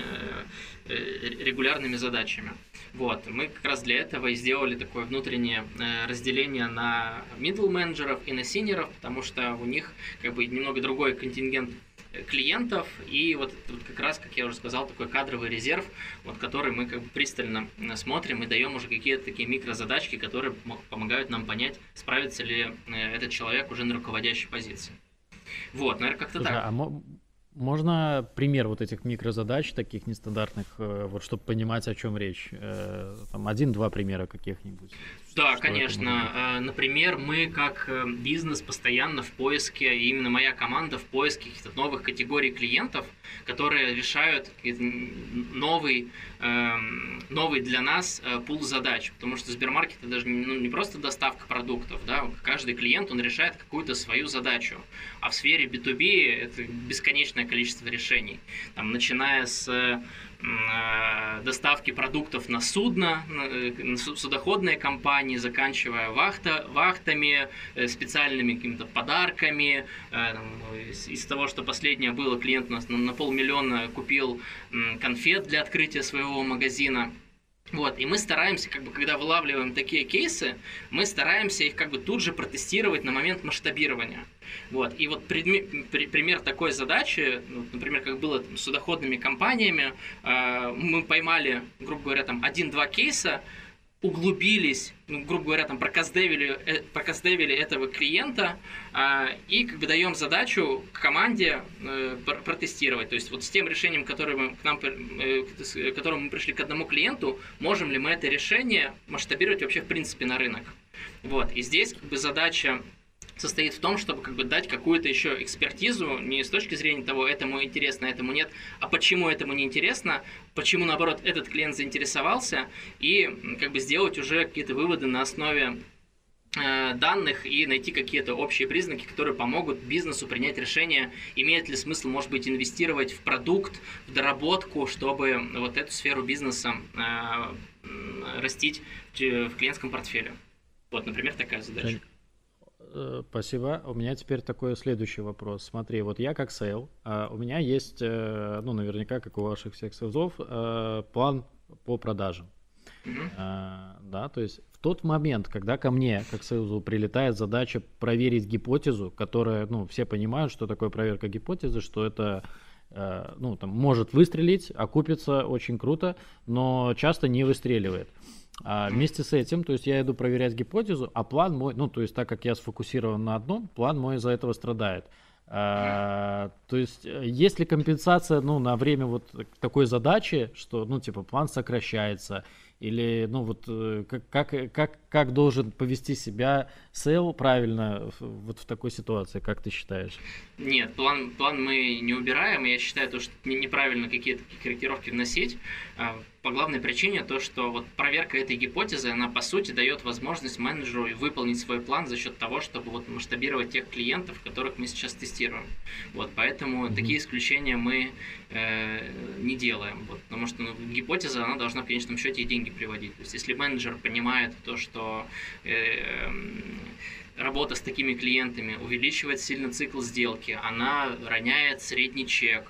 регулярными задачами. Вот. Мы как раз для этого и сделали такое внутреннее разделение на middle менеджеров и на синеров, потому что у них как бы немного другой контингент клиентов, и вот как раз, как я уже сказал, такой кадровый резерв, вот, который мы как бы пристально смотрим и даем уже какие-то такие микрозадачки, которые помогают нам понять, справится ли этот человек уже на руководящей позиции. Вот, наверное, как-то так. Можно пример вот этих микрозадач, таких нестандартных, вот чтобы понимать, о чем речь? Там 1-2 примера каких-нибудь. Да, конечно. Например, мы как бизнес постоянно в поиске, и именно моя команда в поиске каких-то новых категорий клиентов, которые решают новый для нас пул задач. Потому что Сбермаркет это даже не просто доставка продуктов, да, каждый клиент, он решает какую-то свою задачу. А в сфере B2B это бесконечное количество решений. Там, начиная с доставки продуктов на судно, на судоходные компании, заканчивая вахтами, специальными какими-то подарками. Из того, что последнее было, клиент у нас на 500 000 купил конфет для открытия своего магазина. Вот, и мы стараемся, как бы, когда вылавливаем такие кейсы, мы стараемся их как бы тут же протестировать на момент масштабирования. Вот, и вот пример такой задачи, например, как было с судоходными компаниями, мы поймали, грубо говоря, там 1-2 кейса, углубились, грубо говоря, там прокастдевили этого клиента и как бы даем задачу команде протестировать. То есть вот с тем решением, которым мы пришли к одному клиенту, можем ли мы это решение масштабировать вообще в принципе на рынок. Вот. И здесь как бы задача состоит в том, чтобы как бы дать какую-то еще экспертизу, не с точки зрения того, этому интересно, этому нет, а почему этому не интересно, почему, наоборот, этот клиент заинтересовался, и как бы сделать уже какие-то выводы на основе данных и найти какие-то общие признаки, которые помогут бизнесу принять решение, имеет ли смысл, может быть, инвестировать в продукт, в доработку, чтобы вот эту сферу бизнеса растить в клиентском портфеле. Вот, например, такая задача. Спасибо. У меня теперь такой следующий вопрос. Смотри, вот я как сейл, у меня есть, ну, наверняка, как у ваших всех сейлзов, план по продажам. Да, то есть в тот момент, когда ко мне, как сейлзу, прилетает задача проверить гипотезу, которая, ну, все понимают, что такое проверка гипотезы, что это, ну, там, может выстрелить, окупится очень круто, но часто не выстреливает. А вместе с этим, то есть я иду проверять гипотезу, а план мой, ну, то есть так как я сфокусирован на одном, план мой из-за этого страдает. То есть есть ли компенсация, ну, на время вот такой задачи, что, ну, типа, план сокращается, или, ну, вот как должен повести себя сейл правильно вот в такой ситуации, как ты считаешь? Нет, план мы не убираем, и я считаю, то, что неправильно какие-то корректировки вносить. По главной причине то, что вот проверка этой гипотезы, она по сути дает возможность менеджеру выполнить свой план за счет того, чтобы вот масштабировать тех клиентов, которых мы сейчас тестируем. Вот, поэтому такие исключения мы не делаем, вот, потому что гипотеза, она должна в конечном счете и деньги приводить. То есть если менеджер понимает то, что работа с такими клиентами увеличивает сильно цикл сделки, она роняет средний чек,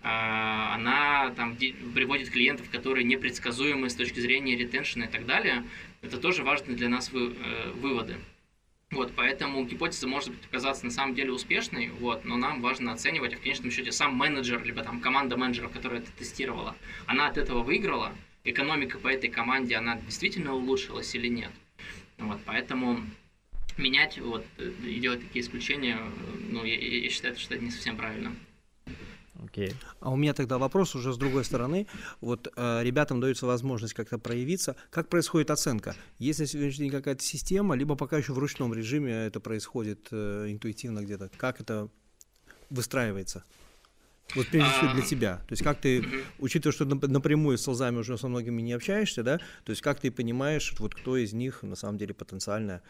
она там приводит клиентов, которые непредсказуемы с точки зрения ретеншена и так далее, это тоже важные для нас выводы. Вот, поэтому гипотеза может оказаться на самом деле успешной, вот, но нам важно оценивать, а в конечном счете сам менеджер, либо там команда менеджеров, которая это тестировала, она от этого выиграла, экономика по этой команде, она действительно улучшилась или нет. Вот, поэтому менять вот, и делать такие исключения, ну, я считаю, что это не совсем правильно. Окей. А у меня тогда вопрос уже с другой стороны. Вот ребятам дается возможность как-то проявиться. Как происходит оценка? Есть на сегодняшний день какая-то система, либо пока еще в ручном режиме это происходит интуитивно где-то? Как это выстраивается? Вот прежде всего для тебя. То есть как ты, учитывая, что напрямую с солзами уже со многими не общаешься, да, то есть как ты понимаешь, вот кто из них на самом деле потенциально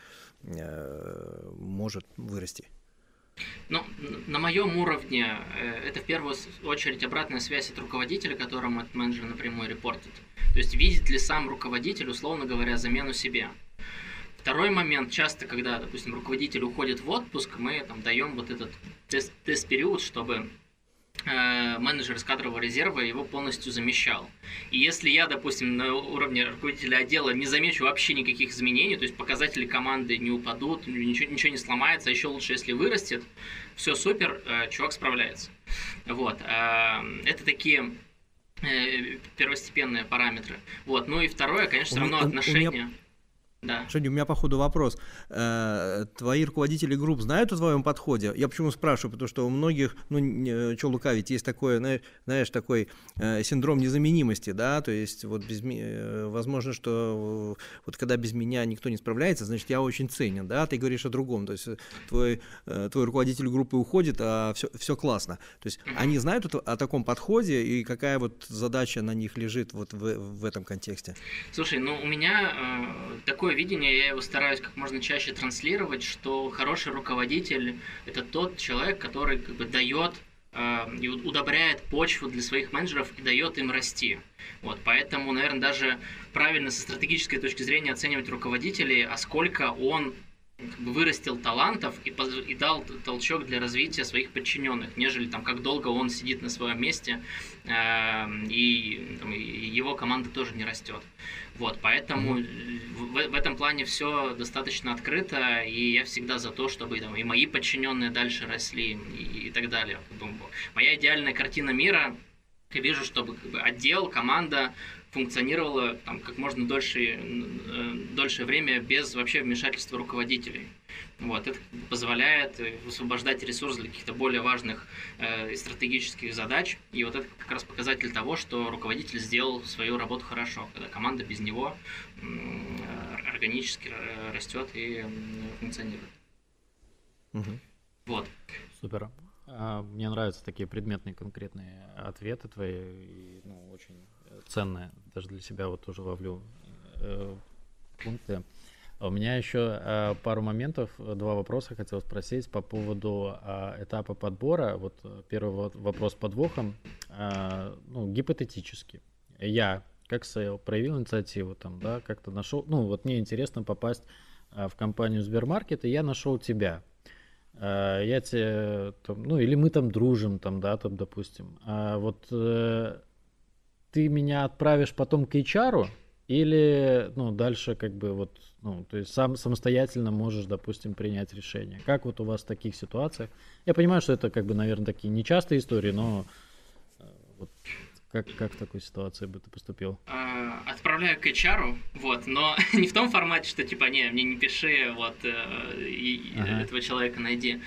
может вырасти? Ну, на моем уровне это в первую очередь обратная связь от руководителя, которому этот менеджер напрямую репортит. То есть видит ли сам руководитель, условно говоря, замену себе. Второй момент, часто, когда, допустим, руководитель уходит в отпуск, мы там даем вот этот тест-период, чтобы менеджер из кадрового резерва его полностью замещал. И если я, допустим, на уровне руководителя отдела не замечу вообще никаких изменений, то есть показатели команды не упадут, ничего не сломается, а еще лучше, если вырастет, все супер, чувак справляется. Вот. Это такие первостепенные параметры. Вот. Ну и второе, конечно, все равно отношения. Да. Женя, у меня по ходу вопрос. Твои руководители групп знают о твоем подходе? Я почему спрашиваю? Потому что у многих, ну, что лукавить, есть такое, знаешь, такой синдром незаменимости, да, то есть вот возможно, что вот когда без меня никто не справляется, значит, я очень ценен, да, ты говоришь о другом, то есть твой руководитель группы уходит, а все классно. То есть они знают о таком подходе, и какая вот задача на них лежит вот в этом контексте? Слушай, ну, у меня такое видение, я его стараюсь как можно чаще транслировать, что хороший руководитель – это тот человек, который как бы дает и удобряет почву для своих менеджеров и дает им расти. Вот, поэтому, наверное, даже правильно со стратегической точки зрения оценивать руководителей, а сколько он как бы вырастил талантов и дал толчок для развития своих подчиненных, нежели там как долго он сидит на своем месте и его команда тоже не растет. Вот, поэтому в этом плане все достаточно открыто, и я всегда за то, чтобы там, и мои подчиненные дальше росли и так далее. Моя идеальная картина мира, я вижу, чтобы как бы отдел, команда функционировала там, как можно дольшее время без вообще вмешательства руководителей. Вот, это позволяет высвобождать ресурс для каких-то более важных стратегических задач. И вот это как раз показатель того, что руководитель сделал свою работу хорошо, когда команда без него органически растет и функционирует. Вот. Супер. Мне нравятся такие предметные, конкретные ответы твои, и, ну, очень ценные, даже для себя вот тоже ловлю пункты. У меня еще пару моментов, два вопроса хотел спросить по поводу этапа подбора. Вот первый вопрос с подвохом, ну, гипотетически. Я, как сейл, проявил инициативу, там, да, как-то нашел, ну, вот мне интересно попасть в компанию Сбермаркет, и я нашел тебя. Я тебе, там, ну, или мы там дружим, там, да, там, допустим. Вот ты меня отправишь потом к HR, или, ну, дальше как бы вот, ну, то есть сам самостоятельно можешь, допустим, принять решение. Как вот у вас в таких ситуациях? Я понимаю, что это как бы, наверное, такие нечастые истории, но вот как в такой ситуации бы ты поступил? Отправляю к HR, вот, но не в том формате, что типа, мне не пиши, вот, этого человека найди.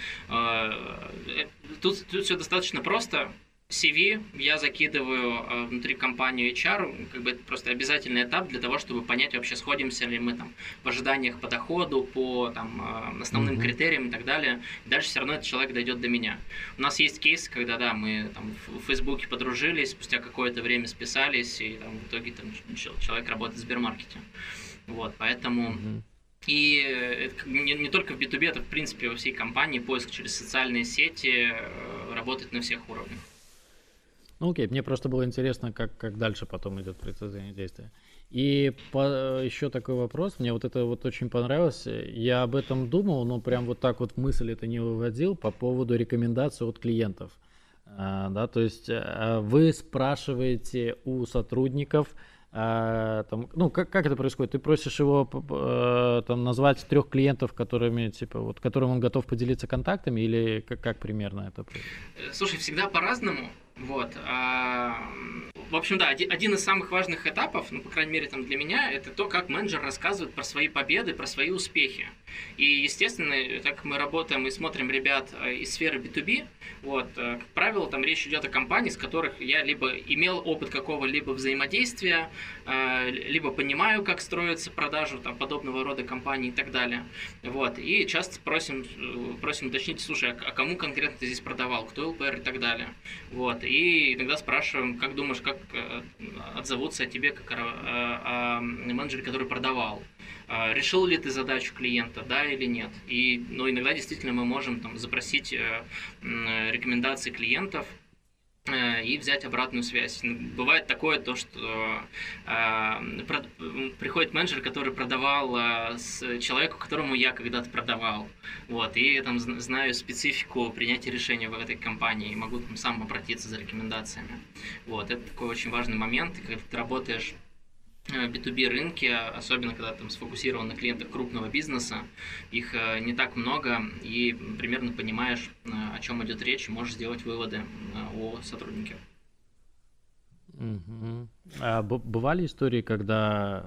Тут все достаточно просто. CV я закидываю внутри компании HR, как бы это просто обязательный этап для того, чтобы понять вообще, сходимся ли мы там в ожиданиях по доходу, по там основным критериям и так далее. И дальше все равно этот человек дойдет до меня. У нас есть кейс, когда, да, мы там в Фейсбуке подружились, спустя какое-то время списались, и там в итоге там человек работает в Сбермаркете. Вот, поэтому... И это не только в B2B, это в принципе во всей компании поиск через социальные сети работает на всех уровнях. Ну, окей, мне просто было интересно, как дальше потом идет процесс взаимодействия. И еще такой вопрос, мне вот это вот очень понравилось, я об этом думал, но прям вот так вот мысль это не выводил по поводу рекомендаций от клиентов. Да, то есть вы спрашиваете у сотрудников, там, ну, как это происходит? Ты просишь его там, назвать 3 клиентов, которыми, типа, вот, которым он готов поделиться контактами, или как примерно это происходит? Слушай, всегда по-разному. Вот. В общем, да, один из самых важных этапов, ну, по крайней мере, там, для меня, это то, как менеджер рассказывает про свои победы, про свои успехи. И, естественно, так как мы работаем и смотрим ребят из сферы B2B, вот, как правило, там речь идет о компаниях, с которых я либо имел опыт какого-либо взаимодействия, либо понимаю, как строится продажу там, подобного рода компаний и так далее. Вот. И часто просим уточнить, слушай, а кому конкретно ты здесь продавал, кто ЛПР и так далее. Вот. И иногда спрашиваем, как думаешь, как отзовутся о тебе как о менеджере, который продавал. Решил ли ты задачу клиента, да или нет. И иногда действительно мы можем там, запросить рекомендации клиентов и взять обратную связь. Бывает такое, то, что приходит менеджер, который продавал человеку, которому я когда-то продавал. Вот, и я там знаю специфику принятия решения в этой компании и могу там, сам обратиться за рекомендациями. Вот, это такой очень важный момент, и когда ты работаешь B2B рынке, особенно когда там сфокусирован на клиентах крупного бизнеса, их не так много, и примерно понимаешь, о чем идет речь, и можешь сделать выводы о сотруднике. А бывали истории, когда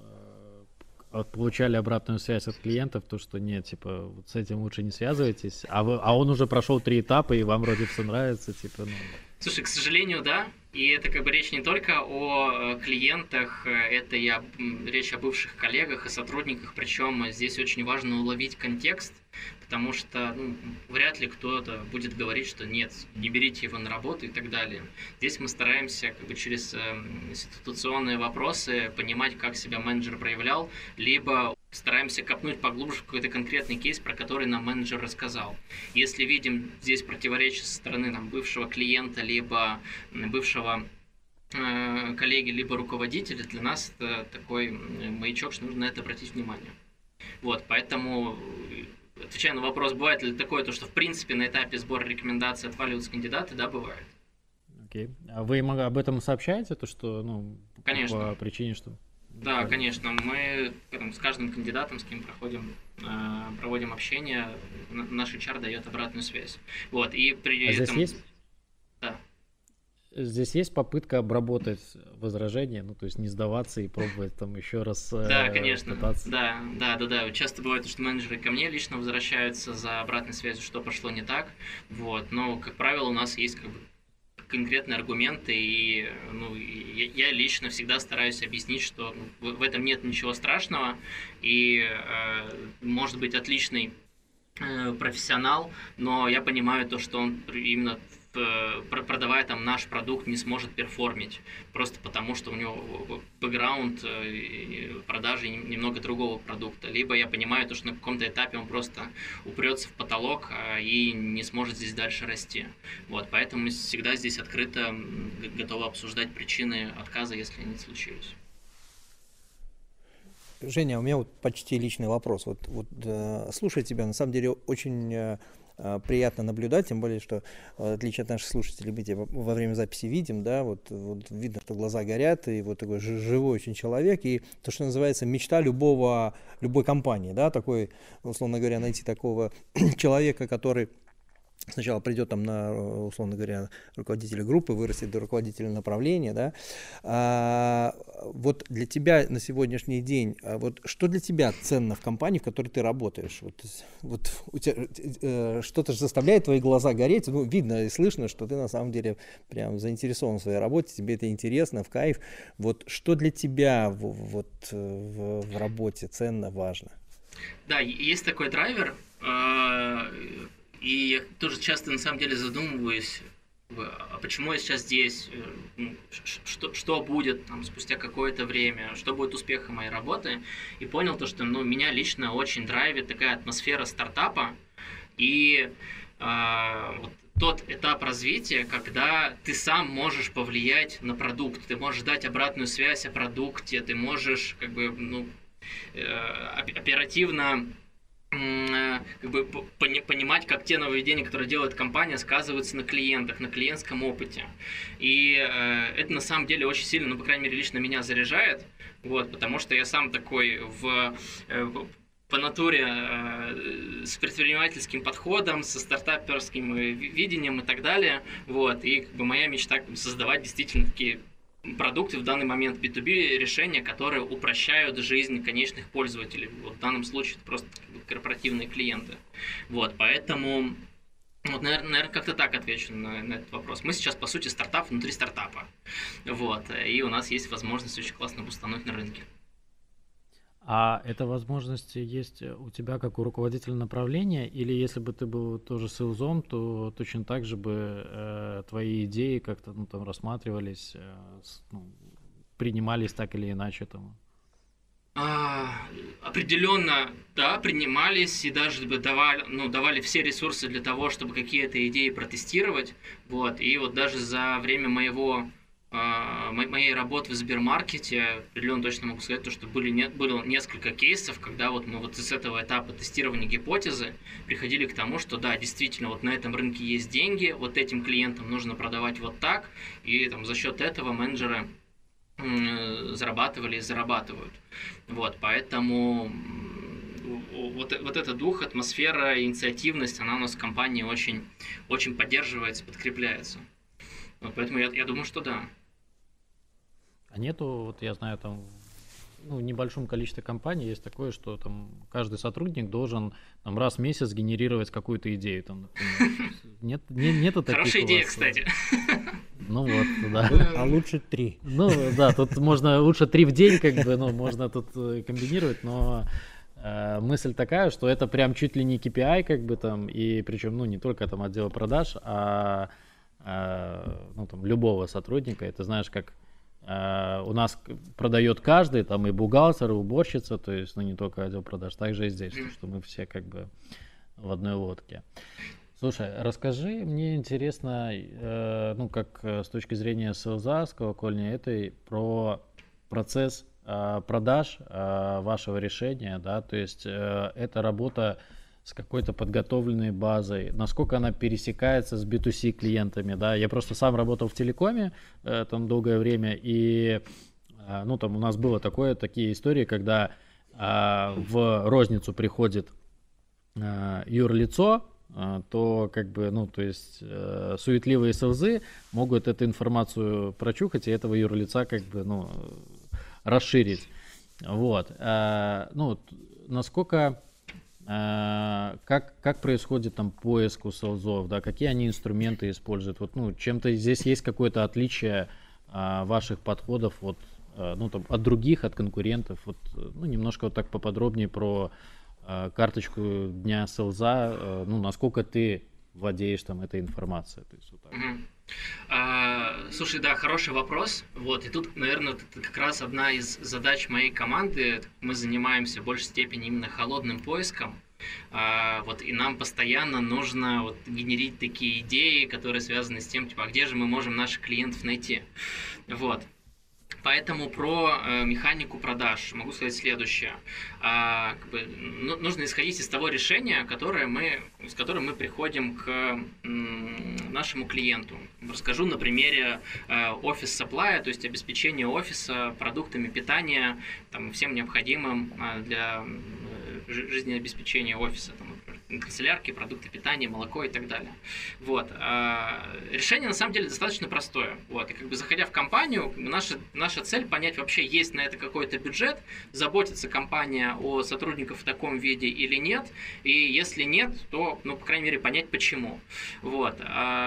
получали обратную связь от клиентов, то что нет, типа, вот с этим лучше не связывайтесь, а он уже прошел 3 этапа, и вам вроде все нравится, типа, ну... Слушай, к сожалению, да. И это как бы речь не только о клиентах, это и речь о бывших коллегах и сотрудниках, причем здесь очень важно уловить контекст, потому что вряд ли кто-то будет говорить, что нет, не берите его на работу и так далее. Здесь мы стараемся как бы через институционные вопросы понимать, как себя менеджер проявлял, либо стараемся копнуть поглубже в какой-то конкретный кейс, про который нам менеджер рассказал. Если видим здесь противоречие со стороны бывшего клиента, либо бывшего коллеги, либо руководителя, для нас это такой маячок, что нужно на это обратить внимание. Вот, поэтому, отвечая на вопрос, бывает ли такое, то, что в принципе на этапе сбора рекомендаций отваливаются кандидаты, да, бывает. Окей. А вы им об этом сообщаете, то, что, конечно. По причине, что... Да, конечно. Мы с каждым кандидатом, с кем проводим общение, наш HR дает обратную связь. Вот, и при здесь этом... есть? Да. Здесь есть попытка обработать возражения, то есть не сдаваться и пробовать там еще раз Да, конечно. пытаться. Да. Часто бывает, что менеджеры ко мне лично возвращаются за обратной связью, что пошло не так. Вот. Но, как правило, у нас есть конкретные аргументы, и я лично всегда стараюсь объяснить, что в этом нет ничего страшного, и может быть отличный профессионал, но я понимаю то, что он именно продавая там наш продукт, не сможет перформить, просто потому что у него бэкграунд продажи немного другого продукта. Либо я понимаю то, что на каком-то этапе он просто упрется в потолок и не сможет здесь дальше расти. Вот, поэтому мы всегда здесь открыто готовы обсуждать причины отказа, если они случились. Женя, у меня почти личный вопрос. Слушая тебя, на самом деле очень приятно наблюдать, тем более, что в отличие от наших слушателей, мы тебя во время записи видим, да, видно, что глаза горят, и такой живой очень человек, и то, что называется мечта любой компании, да, такой, условно говоря, найти такого человека, который сначала придет там условно говоря, руководителя группы, вырастет до руководителя направления, да. Вот для тебя на сегодняшний день, что для тебя ценно в компании, в которой ты работаешь? У тебя что-то же заставляет твои глаза гореть, видно и слышно, что ты на самом деле прям заинтересован в своей работе, тебе это интересно, в кайф. Что для тебя в работе ценно, важно? Да, есть такой драйвер. И я тоже часто на самом деле задумываюсь, а почему я сейчас здесь, что будет спустя какое-то время, что будет успехом моей работы. И понял то, что меня лично очень драйвит такая атмосфера стартапа и тот этап развития, когда ты сам можешь повлиять на продукт, ты можешь дать обратную связь о продукте, ты можешь оперативно понимать, как те нововведения, которые делает компания, сказываются на клиентах, на клиентском опыте. И это на самом деле очень сильно, по крайней мере, лично меня заряжает, потому что я сам такой по натуре с предпринимательским подходом, со стартаперским видением и так далее. И моя мечта создавать действительно такие продукты в данный момент B2B решения, которые упрощают жизнь конечных пользователей. Вот в данном случае это просто корпоративные клиенты. Вот, поэтому, вот, наверное, как-то так отвечу на этот вопрос. Мы сейчас, по сути, стартап внутри стартапа. Вот, и у нас есть возможность очень классно бустануть на рынке. А эта возможность есть у тебя как у руководителя направления, или если бы ты был тоже сейлзом, то точно так же бы твои идеи как-то там рассматривались, принимались так или иначе там? Определенно, да, принимались и даже давали все ресурсы для того, чтобы какие-то идеи протестировать. Вот. И вот даже за время моей работы в Сбермаркете определенно точно могу сказать, что было несколько кейсов, когда вот мы вот с этого этапа тестирования гипотезы приходили к тому, что да, действительно, вот на этом рынке есть деньги, вот этим клиентам нужно продавать вот так, и там за счет этого менеджеры зарабатывали и зарабатывают. Вот, поэтому вот этот дух, атмосфера, инициативность, она у нас в компании очень, очень поддерживается, подкрепляется. Вот, поэтому я думаю, что да. А нету, вот я знаю, там в небольшом количестве компаний есть такое, что там каждый сотрудник должен там, раз в месяц генерировать какую-то идею. Там, нету таких. Хорошая идея, кстати. Ну вот, да. А лучше 3. Ну да, тут можно лучше 3 в день, как бы, ну, можно тут комбинировать, но мысль такая, что это прям чуть ли не KPI, как бы там, и причем, ну, не только там отдела продаж, ну, там, любого сотрудника. Это знаешь, как у нас продает каждый, там и бухгалтер, и уборщица, то есть, ну, не только отдел продаж, также и здесь, что мы все как бы в одной лодке. Слушай, расскажи, мне интересно, ну, как с точки зрения селза, с колокольни этой, про процесс продаж вашего решения, да, то есть это работа с какой-то подготовленной базой, насколько она пересекается с B2C клиентами, да, я просто сам работал в телекоме там долгое время, и, ну, там у нас было такие истории, когда в розницу приходит юрлицо, то как бы, ну, то есть суетливые селзы могут эту информацию прочухать и этого юрлица как бы, ну, расширить. Вот. Ну, насколько, как происходит там поиск у селзов, да, какие они инструменты используют? Вот, ну, чем-то здесь есть какое-то отличие ваших подходов вот, ну, там, от других, от конкурентов? Вот, ну, немножко вот так поподробнее про карточку дня селза, ну, насколько ты владеешь там этой информацией. То есть, вот так. Слушай, да, хороший вопрос. Вот, и тут, наверное, это как раз одна из задач моей команды. Мы занимаемся в большей степени именно холодным поиском. Вот, и нам постоянно нужно вот генерить такие идеи, которые связаны с тем, типа, а где же мы можем наших клиентов найти. Вот. Поэтому про механику продаж могу сказать следующее. Нужно исходить из того решения, с которым мы приходим к нашему клиенту. Расскажу на примере офис-сапплая, то есть обеспечения офиса продуктами питания, там, всем необходимым для жизнеобеспечения офиса. Там, канцелярки, продукты питания, молоко и так далее. Вот. Решение на самом деле достаточно простое. Вот. И как бы заходя в компанию, наша цель понять, вообще есть на это какой-то бюджет, заботится компания о сотрудниках в таком виде или нет. И если нет, то, ну, по крайней мере, понять почему. Вот.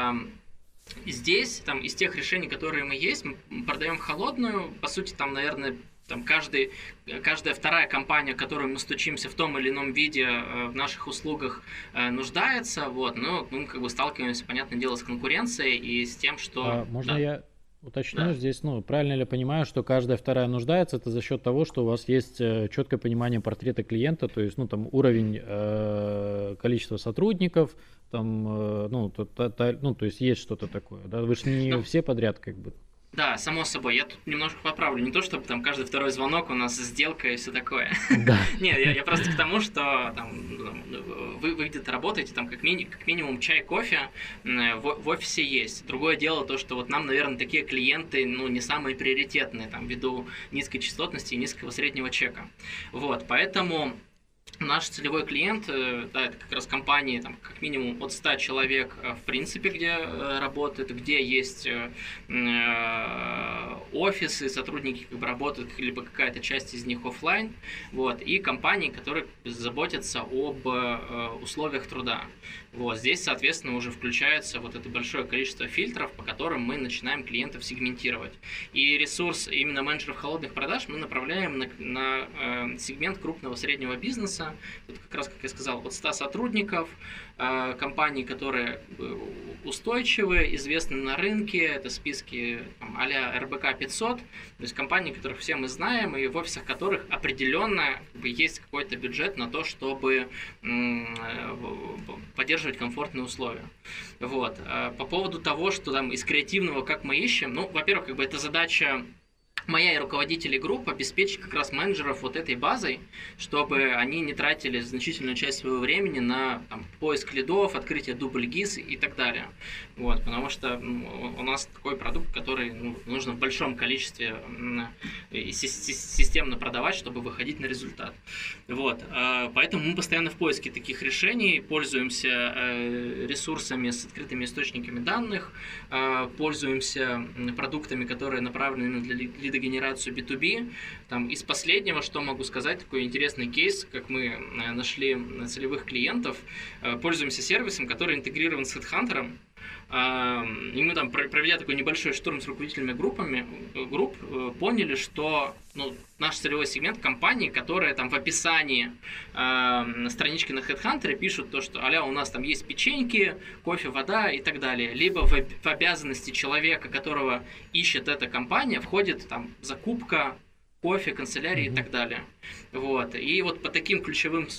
Здесь, там, из тех решений, которые мы есть, мы продаем холодную, по сути, там, наверное, там каждая вторая компания, к которой мы стучимся в том или ином виде в наших услугах, нуждается, вот, но мы как бы сталкиваемся, понятное дело, с конкуренцией и с тем, что... Можно я уточню здесь, ну, правильно ли я понимаю, что каждая вторая нуждается, это за счет того, что у вас есть четкое понимание портрета клиента, то есть, ну, там, уровень количества сотрудников, там, ну, то есть есть что-то такое, да, вы же не все подряд, как бы. Да, само собой. Я тут немножко поправлю. Не то, чтобы там каждый второй звонок у нас сделка и все такое. Да. Нет, я просто к тому, что там, вы где-то работаете, там как минимум чай, кофе в офисе есть. Другое дело то, что вот нам, наверное, такие клиенты, ну, не самые приоритетные, там, ввиду низкой частотности и низкого среднего чека. Вот, поэтому Наш целевой клиент, да, это как раз компании, там, как минимум от 100 человек, в принципе, где работают, где есть офисы, сотрудники как бы работают, либо какая-то часть из них офлайн, вот, и компании, которые заботятся об условиях труда. Вот, здесь, соответственно, уже включается вот это большое количество фильтров, по которым мы начинаем клиентов сегментировать. И ресурс именно менеджеров холодных продаж мы направляем на сегмент крупного среднего бизнеса. Тут как раз, как я сказал, от 100 сотрудников, компаний, которые устойчивые, известны на рынке, это списки а-ля РБК 500, то есть компании, которых все мы знаем, и в офисах которых определенно есть какой-то бюджет на то, чтобы поддерживать комфортные условия. Вот. По поводу того, что там из креативного, как мы ищем, ну, во-первых, как бы это задача моя и руководителей групп обеспечить как раз менеджеров вот этой базой, чтобы они не тратили значительную часть своего времени на поиск лидов, открытие дубль ГИС и так далее. Вот, потому что у нас такой продукт, который нужно в большом количестве и системно продавать, чтобы выходить на результат. Вот, поэтому мы постоянно в поиске таких решений, пользуемся ресурсами с открытыми источниками данных, пользуемся продуктами, которые направлены для лидогенерацию B2B. Там, из последнего, что могу сказать, такой интересный кейс, как мы нашли целевых клиентов, пользуемся сервисом, который интегрирован с HeadHunter. И мы там, проведя такой небольшой штурм с руководителями групп, поняли, что наш целевой сегмент компании, которые там в описании странички на HeadHunter пишут то, что у нас там есть печеньки, кофе, вода и так далее. Либо в обязанности человека, которого ищет эта компания, входит там закупка кофе, канцелярии и так далее. Вот. И вот по таким ключевым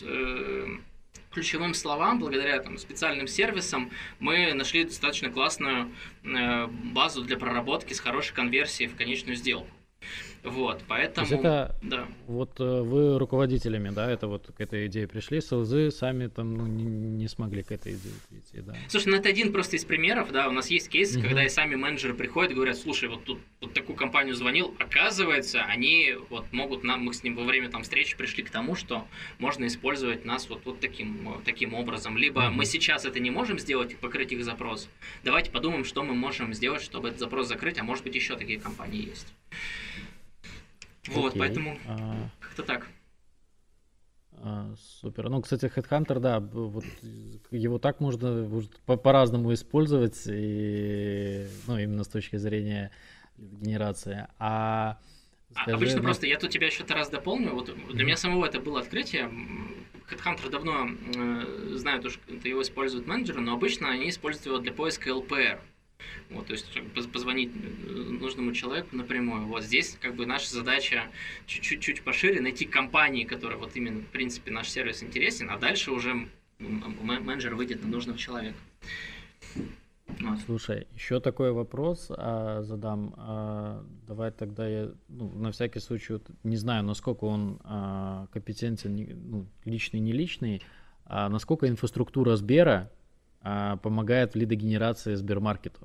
словам, благодаря специальным сервисам, мы нашли достаточно классную базу для проработки с хорошей конверсией в конечную сделку. Вот, поэтому... То есть это да. Вот вы руководителями, да, это вот к этой идее пришли, селзы сами там не смогли к этой идее прийти, да? Слушай, это один просто из примеров, да, у нас есть кейсы, когда и сами менеджеры приходят и говорят, слушай, вот тут вот такую компанию звонил, оказывается, они вот могут мы с ним во время встречи пришли к тому, что можно использовать нас вот таким образом. Либо мы сейчас это не можем сделать, покрыть их запрос, давайте подумаем, что мы можем сделать, чтобы этот запрос закрыть, а может быть еще такие компании есть. Вот, поэтому как-то так. Супер. Ну, кстати, HeadHunter, да, вот его так можно по-разному использовать, и, именно с точки зрения генерации. Обычно просто, я тут тебя еще раз дополню, вот для меня самого это было открытие. HeadHunter давно знают, что его используют менеджеры, но обычно они используют его для поиска ЛПР. Вот, то есть позвонить нужному человеку напрямую. Вот здесь наша задача чуть-чуть пошире, найти компании, которые вот именно, в принципе, наш сервис интересен, а дальше уже менеджер выйдет на нужного человека. Вот. Слушай, еще такой вопрос задам. Давай тогда я на всякий случай не знаю, насколько он компетентен, личный, не личный, насколько инфраструктура Сбера помогает в лидогенерации Сбермаркету.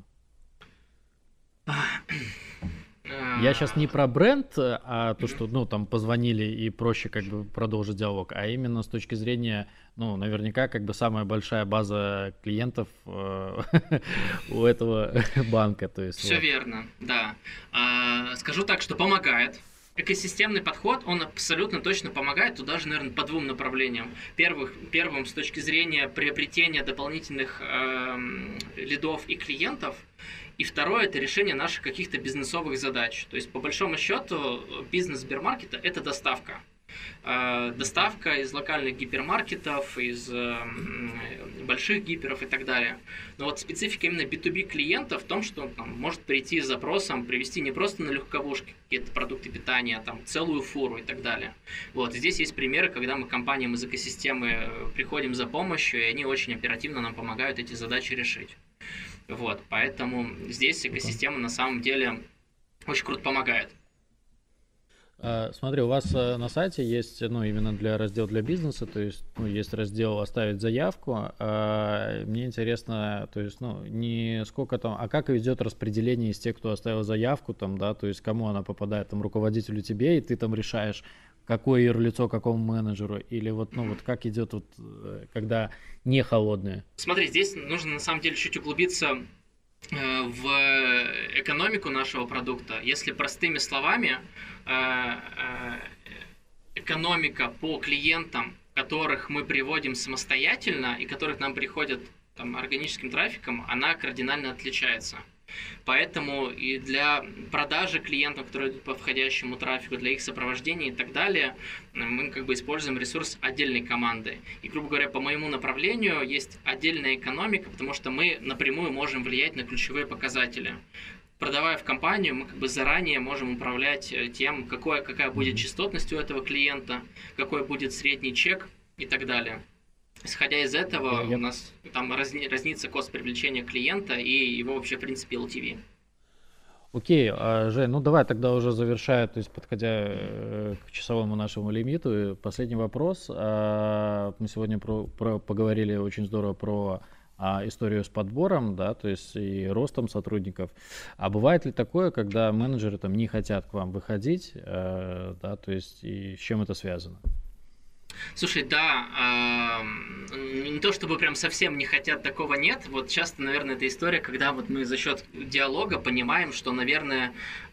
Я сейчас не про бренд, а то, что там позвонили и проще продолжить диалог, а именно с точки зрения, наверняка самая большая база клиентов у этого банка. То есть, все верно, да. Скажу так, что помогает. Экосистемный подход, он абсолютно точно помогает, тут даже, наверное, по двум направлениям. Первым с точки зрения приобретения дополнительных лидов и клиентов, и второе – это решение наших каких-то бизнесовых задач. То есть, по большому счету, бизнес Сбермаркета – это доставка. Доставка из локальных гипермаркетов, из больших гиперов и так далее. Но вот специфика именно B2B клиента в том, что может прийти с запросом, привезти не просто на легковушке какие-то продукты питания, а целую фуру и так далее. Вот. И здесь есть примеры, когда мы компаниям из экосистемы приходим за помощью, и они очень оперативно нам помогают эти задачи решить. Вот. Поэтому здесь экосистема на самом деле очень круто помогает. Смотри, у вас на сайте есть, ну, именно для раздел для бизнеса, то есть, ну, есть раздел «Оставить заявку». Мне интересно, то есть, ну, не сколько там, а как идет распределение из тех, кто оставил заявку, там, да, то есть, кому она попадает, там, руководителю тебе, и ты там решаешь, какое юрлицо, какому менеджеру, или вот, ну, вот как идет вот, когда не холодные? Смотри, здесь нужно на самом деле чуть углубиться в экономику нашего продукта. Если простыми словами, экономика по клиентам, которых мы приводим самостоятельно и которых нам приходят там, органическим трафиком, она кардинально отличается. Поэтому и для продажи клиентам, которые идут по входящему трафику, для их сопровождения и так далее, мы как бы используем ресурс отдельной команды. И, грубо говоря, по моему направлению есть отдельная экономика, потому что мы напрямую можем влиять на ключевые показатели. Продавая в компанию, мы как бы заранее можем управлять тем, какая будет частотность у этого клиента, какой будет средний чек и так далее. Исходя из этого, у нас там разнится кост привлечения клиента и его вообще, в принципе, LTV. Окей, Жень, ну давай тогда уже завершая, то есть подходя к часовому нашему лимиту, последний вопрос. Мы сегодня поговорили очень здорово про историю с подбором, да, то есть и ростом сотрудников. А бывает ли такое, когда менеджеры там не хотят к вам выходить, да, то есть и с чем это связано? Слушай, да, не то чтобы прям совсем не хотят, такого нет. Вот часто, наверное, это история, когда вот мы за счет диалога понимаем, что, наверное,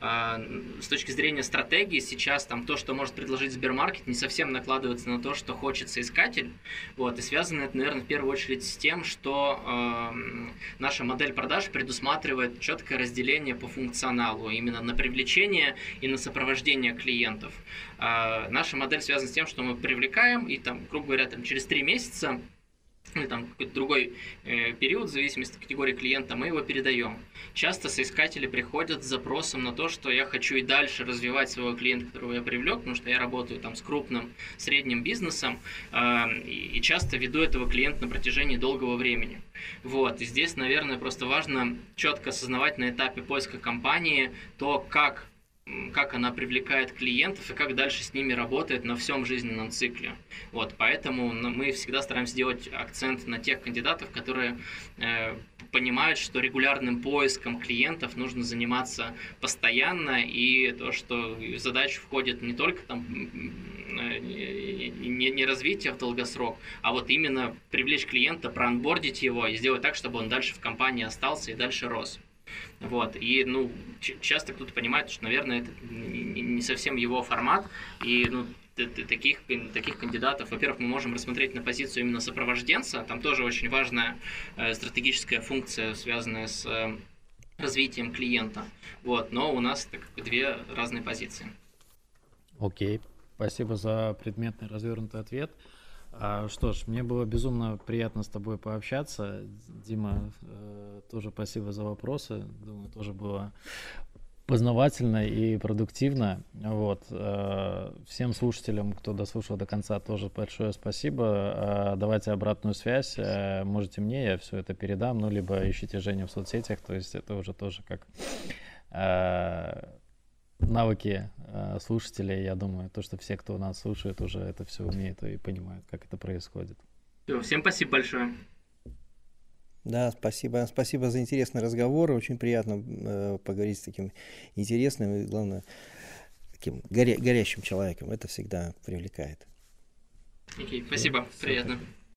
с точки зрения стратегии сейчас там то, что может предложить Сбермаркет, не совсем накладывается на то, что хочется искатель. Вот, и связано это, наверное, в первую очередь с тем, что наша модель продаж предусматривает четкое разделение по функционалу, именно на привлечение и на сопровождение клиентов. Наша модель связана с тем, что мы привлекаем, и там, грубо говоря, там, через 3 месяца, или там какой-то другой период, в зависимости от категории клиента, мы его передаем. Часто соискатели приходят с запросом на то, что я хочу и дальше развивать своего клиента, которого я привлек, потому что я работаю там с крупным, средним бизнесом, и часто веду этого клиента на протяжении долгого времени. Вот, и здесь, наверное, просто важно четко осознавать на этапе поиска компании то, как она привлекает клиентов и как дальше с ними работает на всем жизненном цикле. Вот, поэтому мы всегда стараемся делать акцент на тех кандидатов, которые понимают, что регулярным поиском клиентов нужно заниматься постоянно, и то, что в задачу входит не только там не развитие в долгосрок, а вот именно привлечь клиента, проонбордить его и сделать так, чтобы он дальше в компании остался и дальше рос. Вот, и, ну, часто кто-то понимает, что, наверное, это не совсем его формат, и, ну, таких кандидатов, во-первых, мы можем рассмотреть на позицию именно сопровожденца, там тоже очень важная стратегическая функция, связанная с развитием клиента, вот, но у нас так, 2 разные позиции. Окей, спасибо за предметный развернутый ответ. Что ж, мне было безумно приятно с тобой пообщаться. Дима, тоже спасибо за вопросы. Думаю, тоже было познавательно и продуктивно. Вот. Всем слушателям, кто дослушал до конца, тоже большое спасибо. Давайте обратную связь. Можете мне, я все это передам, ну, либо ищите Женю в соцсетях. То есть это уже тоже как навыки слушателей, я думаю, то, что все, кто нас слушает, уже это все умеют и понимают, как это происходит. Всем спасибо большое. Да, спасибо. Спасибо за интересный разговор. Очень приятно поговорить с таким интересным и, главное, таким горящим человеком. Это всегда привлекает. Окей, спасибо. Приятно.